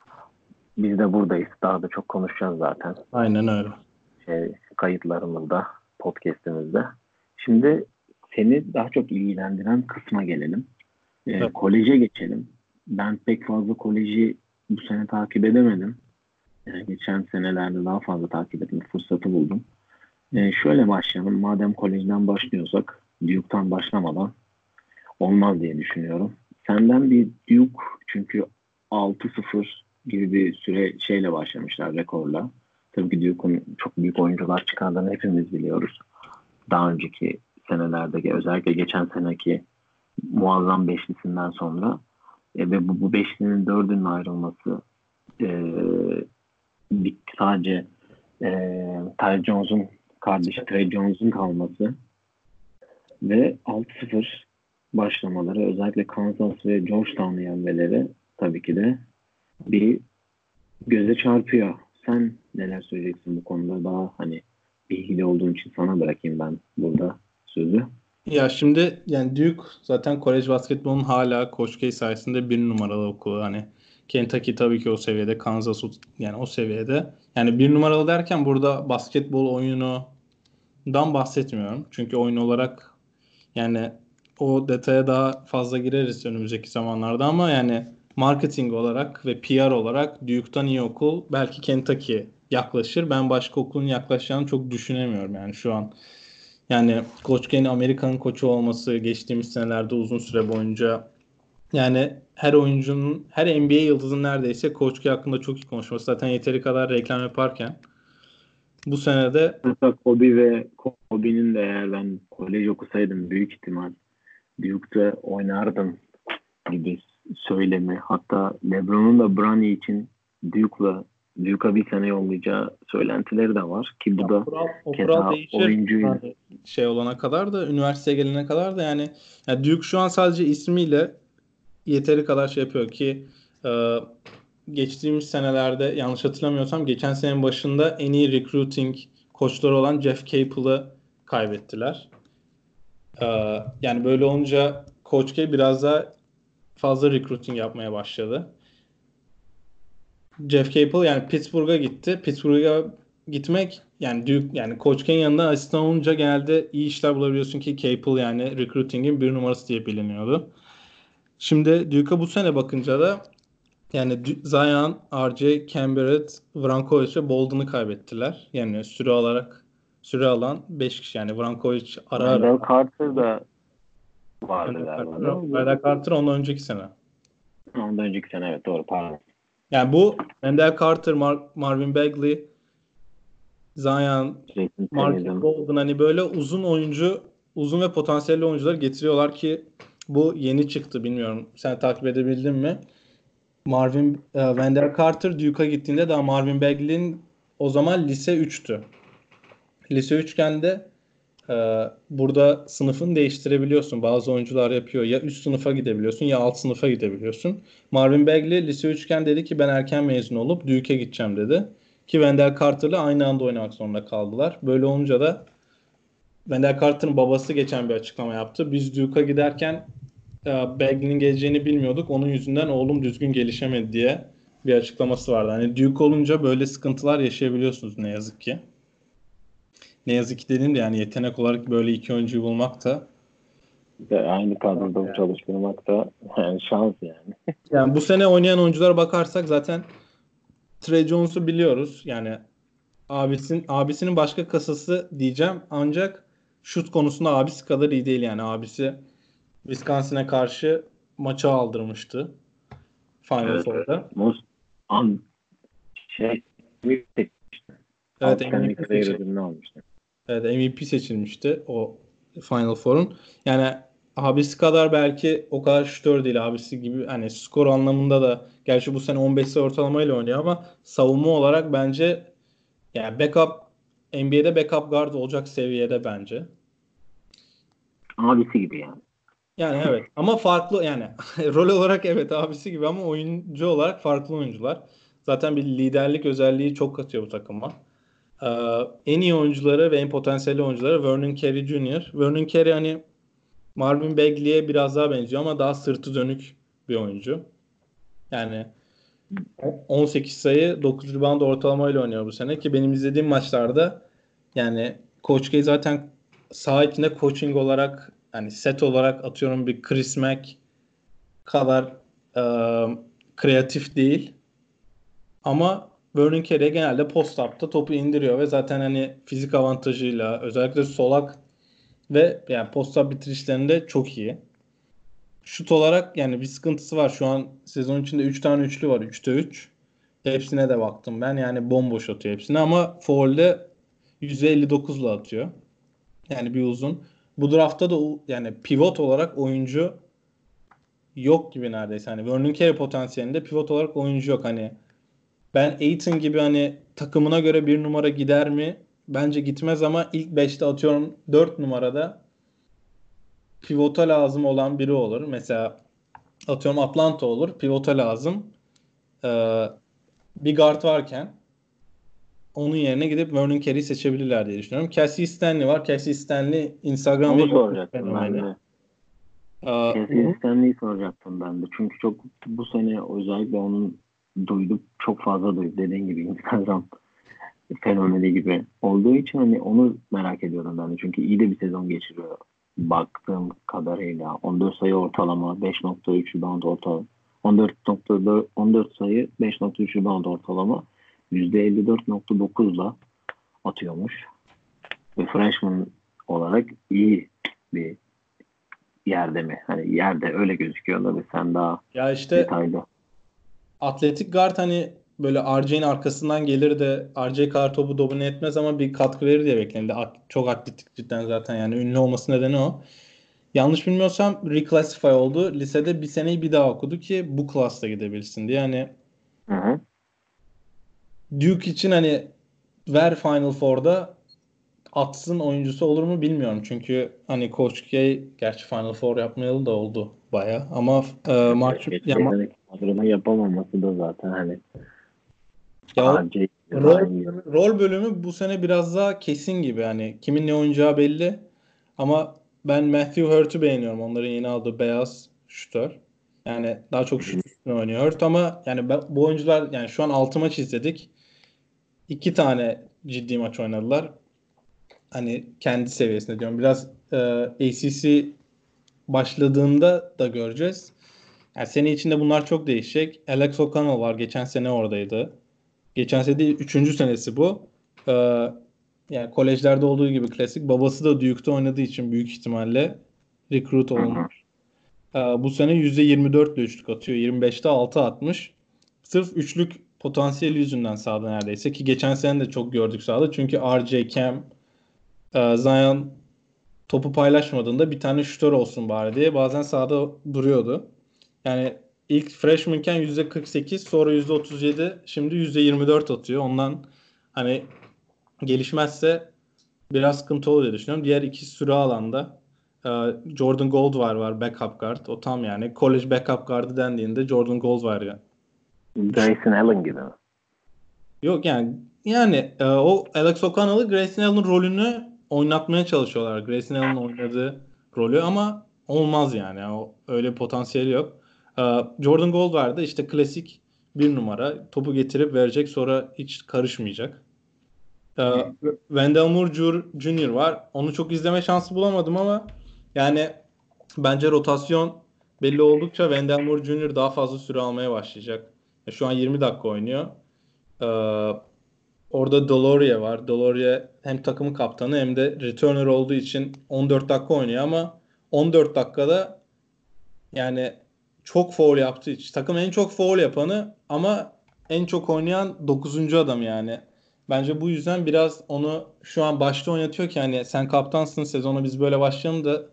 Biz de buradayız. Daha da çok konuşacağız zaten. aynen öyle. Şey, kayıtlarımızda, podcast'imizde. Şimdi seni daha çok ilgilendiren kısma gelelim. E, Tabii. koleje geçelim. Ben pek fazla koleji bu sene takip edemedim. Yani geçen senelerde daha fazla takip etme fırsatı buldum. Ee, şöyle başlayalım. Madem kolejden başlıyorsak Duke'tan başlamadan olmaz diye düşünüyorum. Senden bir Duke, çünkü altı sıfır gibi bir süre şeyle başlamışlar, rekorla. Tabii ki Duke'un çok büyük oyuncular çıkardığını hepimiz biliyoruz. Daha önceki senelerde, özellikle geçen seneki muazzam beşlisinden sonra e, ve bu, bu beşlinin dördünün ayrılması, e, bir, sadece e, Ty Jones'un kardeşi Trey Jones'un kalması ve altı sıfır başlamaları, özellikle Kansas ve Georgetown'u yenmeleri tabii ki de bir göze çarpıyor. Sen neler söyleyeceksin bu konuda? Daha hani bilgili olduğun için sana bırakayım ben burada sözü. Ya şimdi yani Duke zaten kolej basketbolunun hala Coach K sayesinde bir numaralı okulu. Hani Kentucky tabii ki o seviyede, Kansas o- yani o seviyede. Yani bir numaralı derken burada basketbol oyunundan bahsetmiyorum. Çünkü oyun olarak yani o detaya daha fazla gireriz önümüzdeki zamanlarda ama yani marketing olarak ve P R olarak Duke'tan iyi okul belki Kentucky yaklaşır. Ben başka okulun yaklaşacağını çok düşünemiyorum yani şu an. Yani Coach K'nin Amerika'nın koçu olması geçtiğimiz senelerde uzun süre boyunca yani her oyuncunun, her N B A yıldızının neredeyse Coach K hakkında çok iyi konuşması. Zaten yeteri kadar reklam yaparken bu senede Mesela Kobe ve Kobe'nin de, eğer ben kolej okusaydım büyük ihtimal Duke'da oynardım gibi söylemi. Hatta LeBron'un da Bronny için Duke'la Duke'a bir sene yollayacağı söylentileri de var ki ya bu da kural, o kural keza değişir. oyuncu. Yani şey olana kadar da üniversiteye gelene kadar da yani, ya Duke şu an sadece ismiyle yeteri kadar şey yapıyor ki e, geçtiğimiz senelerde yanlış hatırlamıyorsam geçen senenin başında en iyi recruiting koçları olan Jeff Capel'ı kaybettiler. E, Yani böyle olunca Coach K biraz daha fazla recruiting yapmaya başladı. Jeff Capel yani Pittsburgh'a gitti. Pittsburgh'a gitmek yani Duke yani Coach K'nin yanında asistan olunca genelde iyi işler bulabiliyorsun ki Capel yani recruiting'in bir numarası diye biliniyordu. Şimdi Duke'a bu sene bakınca da yani Zion, R J, Cam Barrett, Vrankovic ve Bolden'ı kaybettiler. Yani süre alarak süre alan beş kişi yani Vrankovic ara ara. Wendell Carter da vardı Wendell galiba, Carter, değil mi? Bu, Wendell Carter ondan önceki sene. ondan önceki sene, evet, doğru, pardon. Yani bu Wendell Carter, Mar- Marvin Bagley, Zion, Jason Marcus Tatum. Bolden hani böyle uzun oyuncu, uzun ve potansiyelli oyuncular getiriyorlar ki bu yeni çıktı bilmiyorum. Sen takip edebildin mi? Marvin e, Wendell Carter Duke'a gittiğinde daha Marvin Bagley'in o zaman lise üçtü. Lise üçken de e, burada sınıfını değiştirebiliyorsun. Bazı oyuncular yapıyor. Ya üst sınıfa gidebiliyorsun ya alt sınıfa gidebiliyorsun. Marvin Bagley lise üçken dedi ki ben erken mezun olup Duke'e gideceğim dedi. Ki Wendell Carter'la aynı anda oynamak zorunda kaldılar. Böyle olunca da Wendell Carter'ın babası geçen bir açıklama yaptı. Biz Duke'a giderken e, Bagley'nin geleceğini bilmiyorduk. Onun yüzünden oğlum düzgün gelişemedi diye bir açıklaması vardı. Hani Duke olunca böyle sıkıntılar yaşayabiliyorsunuz ne yazık ki. Ne yazık ki dedim de yani yetenek olarak böyle iki oyuncuyu bulmak da Ve aynı kadroda çalıştırmak da yani şans yani. yani bu sene oynayan oyunculara bakarsak zaten Trey Jones'u biliyoruz. Yani abisinin abisinin başka kasası diyeceğim ancak şut konusunda abisi kadar iyi değil yani abisi Wisconsin'e karşı maçı aldırmıştı Final Evet. Four'da. Most an şey Evet M V P Outstanding Player seçildi. ödülünü almıştı. Evet M V P seçilmişti o Final Four'un. Yani abisi kadar belki o kadar şutör değil abisi gibi hani skor anlamında da gerçi bu sene on beş sayı ortalamayla oynuyor ama savunma olarak bence yani backup N B A'de backup guard olacak seviyede bence. Abisi gibi yani. Yani evet ama farklı yani rol olarak evet abisi gibi ama oyuncu olarak farklı oyuncular. Zaten bir liderlik özelliği çok katıyor bu takıma. Ee, En iyi oyuncuları ve en potansiyelli oyuncuları Vernon Carey Junior Vernon Carey hani Marvin Bagley'e biraz daha benziyor ama daha sırtı dönük bir oyuncu. Yani on sekiz sayı dokuz rebound ortalamayla oynuyor bu sene ki benim izlediğim maçlarda yani Coach K zaten saha içinde coaching olarak hani set olarak atıyorum bir Chris Mack kadar e, kreatif değil ama Vernon Carey genelde post-up'ta topu indiriyor ve zaten hani fizik avantajıyla özellikle solak ve yani post-up bitirişlerinde çok iyi. Şut olarak yani bir sıkıntısı var. Şu an sezon içinde üç tane üçlü var. üçte üç. Hepsine de baktım ben. Yani bomboş atıyor hepsine ama foul'de yüzde elli dokuzla atıyor. Yani bir uzun. Bu draftta da o- yani pivot olarak oyuncu yok gibi neredeyse. Hani Vernon Carey potansiyelinde pivot olarak oyuncu yok. Hani ben Ayton gibi hani takımına göre bir numara gider mi? Bence gitmez ama ilk beşte atıyorum dört numarada pivota lazım olan biri olur. Mesela atıyorum Atlanta olur. Pivota lazım. Ee, bir guard varken onun yerine gidip Vernon Carey'i seçebilirler diye düşünüyorum. Cassie Stanley var. Cassie Stanley Instagram ve Onu YouTube soracaktım ben fenomeni. de. Ee, Casey Stanley'i soracaktım ben de. Çünkü çok bu sene özellikle onun duyduk çok fazla duyduk. Dediğin gibi Instagram fenomeni gibi olduğu için hani onu merak ediyorum ben de. Çünkü iyi de bir sezon geçiriyor. Baktığım kadarıyla on dört sayı ortalama, beş nokta üç rebound ortalama. on dört nokta dört on dört sayı, beş nokta üç rebound ortalama. yüzde elli dört nokta dokuzla atıyormuş. Ve freshman olarak iyi bir yerde mi? Hani yerde öyle gözüküyor da sen daha ya işte detaylı. atletik guard hani böyle R J'nin arkasından gelir de R J kadar topu domine etmez ama bir katkı verir diye beklendi. At- çok atletik cidden zaten yani ünlü olması nedeni o. Yanlış bilmiyorsam reclassify oldu. Lisede bir seneyi bir daha okudu ki bu klasta gidebilsin diye. Yani Hı hı. Duke için hani ver Final Four'da atsın oyuncusu olur mu bilmiyorum. Çünkü hani Coach K gerçi Final Four yapmayalı da oldu baya ama e, maç ya, Geçen ma- sene kadrona yapamaması da zaten hani ya o R J rol, Ryan gibi. rol bölümü bu sene biraz daha kesin gibi. Hani kimin ne oynayacağı belli. Ama ben Matthew Hurt'u beğeniyorum. Onların yeni aldığı beyaz şutör. Yani daha çok şut üstüne oynuyor Hurt ama yani ben- bu oyuncular yani şu an altı maç izledik. İki tane ciddi maç oynadılar. Hani kendi seviyesinde diyorum. Biraz e, A C C başladığında da göreceğiz. Yani sene içinde bunlar çok değişecek. Alex O'Connell var. Geçen sene oradaydı. Geçen sene değil, üçüncü senesi bu. Ee, yani kolejlerde olduğu gibi klasik. Babası da Duke'da oynadığı için büyük ihtimalle recruit Hı hı. olmuş. Ee, bu sene yüzde yirmi dört ile üçlük atıyor. yirmi beşte altı atmış. Sırf üçlük potansiyeli yüzünden sahada neredeyse ki geçen sene de çok gördük sahada. Çünkü R J, Cam, e, Zion topu paylaşmadığında bir tane şutör olsun bari diye bazen sahada duruyordu. Yani ilk freshmanken yüzde kırk sekiz sonra yüzde otuz yedi şimdi yüzde yirmi dört atıyor. Ondan hani gelişmezse biraz sıkıntı olur diye düşünüyorum. Diğer iki sürü alanda e, Jordan Gold var var backup guard. O tam yani college backup guard'ı dendiğinde Jordan Gold var ya. Grayson Allen gibi mi? Yok yani yani e, o Alex O'Connell'ı Grayson Allen rolünü oynatmaya çalışıyorlar. Grayson Allen'ın oynadığı rolü ama olmaz yani. Yani o, öyle bir potansiyeli yok. E, Jordan Gold vardı işte klasik bir numara. Topu getirip verecek sonra hiç karışmayacak. E, Wendell Moore Junior var. Onu çok izleme şansı bulamadım ama yani bence rotasyon belli oldukça Wendell Moore Junior daha fazla süre almaya başlayacak. E, şu an yirmi dakika oynuyor. E, Orada Dolorie var. Dolorie hem takımın kaptanı hem de returner olduğu için on dört dakika oynuyor ama on dört dakikada yani çok foul yaptığı için takım en çok foul yapanı ama en çok oynayan dokuzuncu adam yani. Bence bu yüzden biraz onu şu an başta oynatıyor ki hani sen kaptansın sezona biz böyle başlayalım da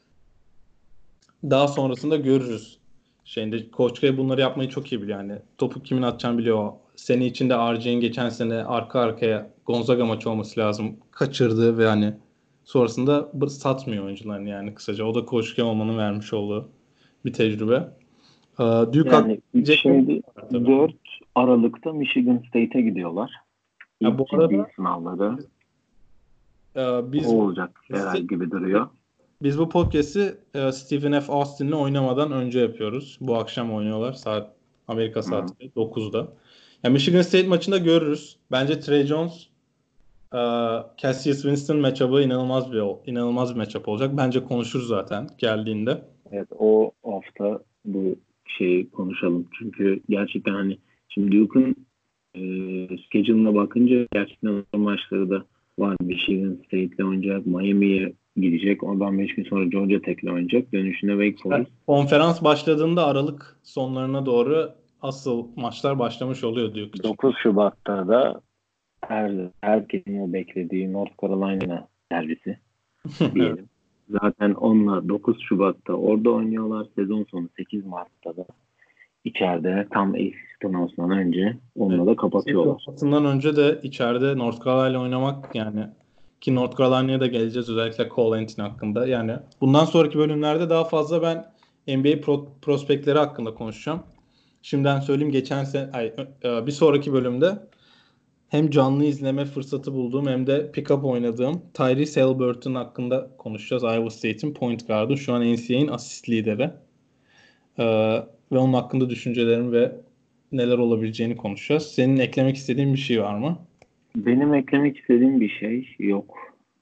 daha sonrasında görürüz. Şeyinde Coach K bunları yapmayı çok iyi biliyor yani. Topu kimin atacağını biliyor. Sene içinde R J'nin geçen sene arka arkaya Gonzaga maçı olması lazım. Kaçırdı ve hani sonrasında b- satmıyor oyuncularını yani kısaca. O da Coach K olmanın vermiş olduğu bir tecrübe. Ee, Duke hakkında Yani diyeceklerim şimdi var tabii. dört Aralık'ta Michigan State'e gidiyorlar. Ya bu İlk ciddi arada sınavları biz, e, o biz bu olacak herhalde gibi duruyor. biz bu podcast'i e, Stephen F. Austin'le oynamadan önce yapıyoruz. Bu akşam oynuyorlar saat Amerika Hı. saati dokuzda. Ya Michigan State maçında görürüz. Bence Trey Jones e, Cassius Winston matchup'ı inanılmaz bir inanılmaz bir matchup olacak. Bence konuşuruz zaten geldiğinde. Evet, o hafta bu şeyi konuşalım. Çünkü gerçekten hani şimdi Duke'un e, schedule'ına bakınca gerçekten o maçları da var. Michigan State'le oynayacak, Miami'ye gidecek. Ondan beş gün sonra Georgia Tech'le oynayacak. Dönüşünde Wake Forest. Konferans başladığında Aralık sonlarına doğru asıl maçlar başlamış oluyor diyor küçük. dokuz Şubat'ta da her, herkesin o beklediği North Carolina derbisi diyelim. Zaten onunla dokuz Şubat'ta orada oynuyorlar. Sezon sonu sekiz Mart'ta da içeride tam A C C turnuvasından önce onunla Evet. da kapatıyorlar. Turnuvasından önce de içeride North Carolina oynamak, yani ki North Carolina'ya da geleceğiz özellikle Cole Anthony hakkında. Yani bundan sonraki bölümlerde daha fazla ben N B A pro- prospektleri hakkında konuşacağım. Şimdiden söyleyeyim, geçen sene ay, bir sonraki bölümde hem canlı izleme fırsatı bulduğum hem de pick-up oynadığım Tyrese Haliburton hakkında konuşacağız. Iowa State'in point guard'ı. Şu an N C A A'nin asist lideri. Ee, ve onun hakkında düşüncelerim ve neler olabileceğini konuşacağız. Senin eklemek istediğin bir şey var mı? Benim eklemek istediğim bir şey yok.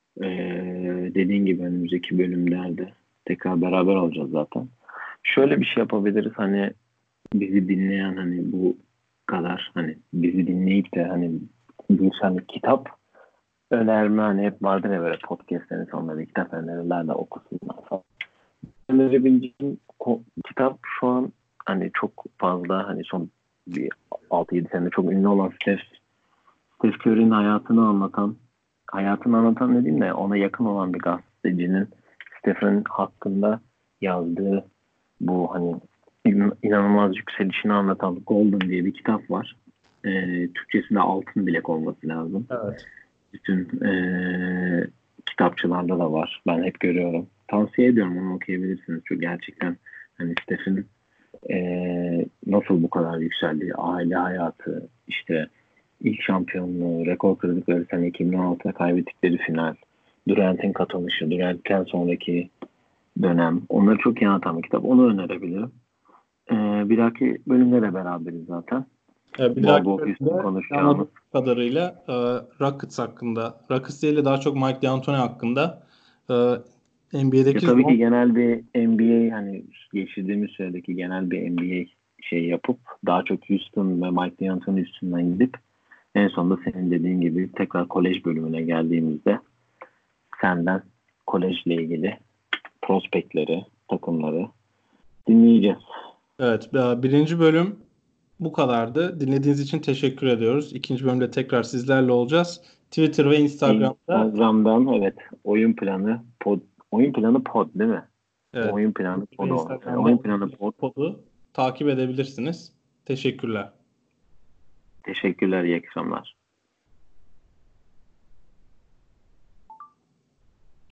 Ee, dediğin gibi önümüzdeki bölümlerde tekrar beraber olacağız zaten. Şöyle bir şey yapabiliriz, hani bizi dinleyen, hani bu kadar hani bizi dinleyip de hani bir hani kitap önerme, hani hep vardır ya böyle podcastlerin sonunda kitap öneriler de okusunlar falan. Önerebileceğim ko- kitap şu an hani çok fazla, hani son bir altı yedi senede çok ünlü olan Steph, Steph Curry'nin hayatını anlatan, hayatını anlatan dediğim de ona yakın olan bir gazetecinin Steph'in hakkında yazdığı bu hani in- inanılmaz yükselişini anlatan Golden diye bir kitap var. Ee, Türkçesinde Altın Bilek olması lazım. Evet. Bütün ee, kitapçılarda da var. Ben hep görüyorum. Tavsiye ediyorum, onu okuyabilirsiniz. Çünkü gerçekten hani Steph'in ee, nasıl bu kadar yükseldiği, aile hayatı, işte ilk şampiyonluğu, rekor kırdıkları sene iki bin on altıda kaybettikleri final, Durant'in katılışı, Durant'ten sonraki dönem. Onları çok iyi anlatan bir kitap. Onu önerebilirim. Ee, bir dahaki bölümde de beraberiz zaten. Ee, bir Bol dahaki bol üstün bölümde konuşacağımız. anladığım kadarıyla e, Rockets hakkında, Rockets değil de daha çok Mike D'Antoni hakkında, e, Ya N B A'deki tabii ki son genel bir N B A, hani geçirdiğimiz süredeki genel bir N B A şey yapıp daha çok Houston ve Mike D'Antoni üstünden gidip en sonunda senin dediğin gibi tekrar kolej bölümüne geldiğimizde senden kolejle ilgili prospektleri, takımları dinleyeceğiz. evet, e, birinci bölüm bu kadardı. Dinlediğiniz için teşekkür ediyoruz. İkinci bölümde tekrar sizlerle olacağız. Twitter ve Instagram'da, Instagram'dan evet, oyun planı pod, oyun planı pod değil mi? evet, Oyun planı Twitter ve pod olması. Yani oyun Instagram'da planı pod. podu takip edebilirsiniz. Teşekkürler. Teşekkürler, iyi akşamlar.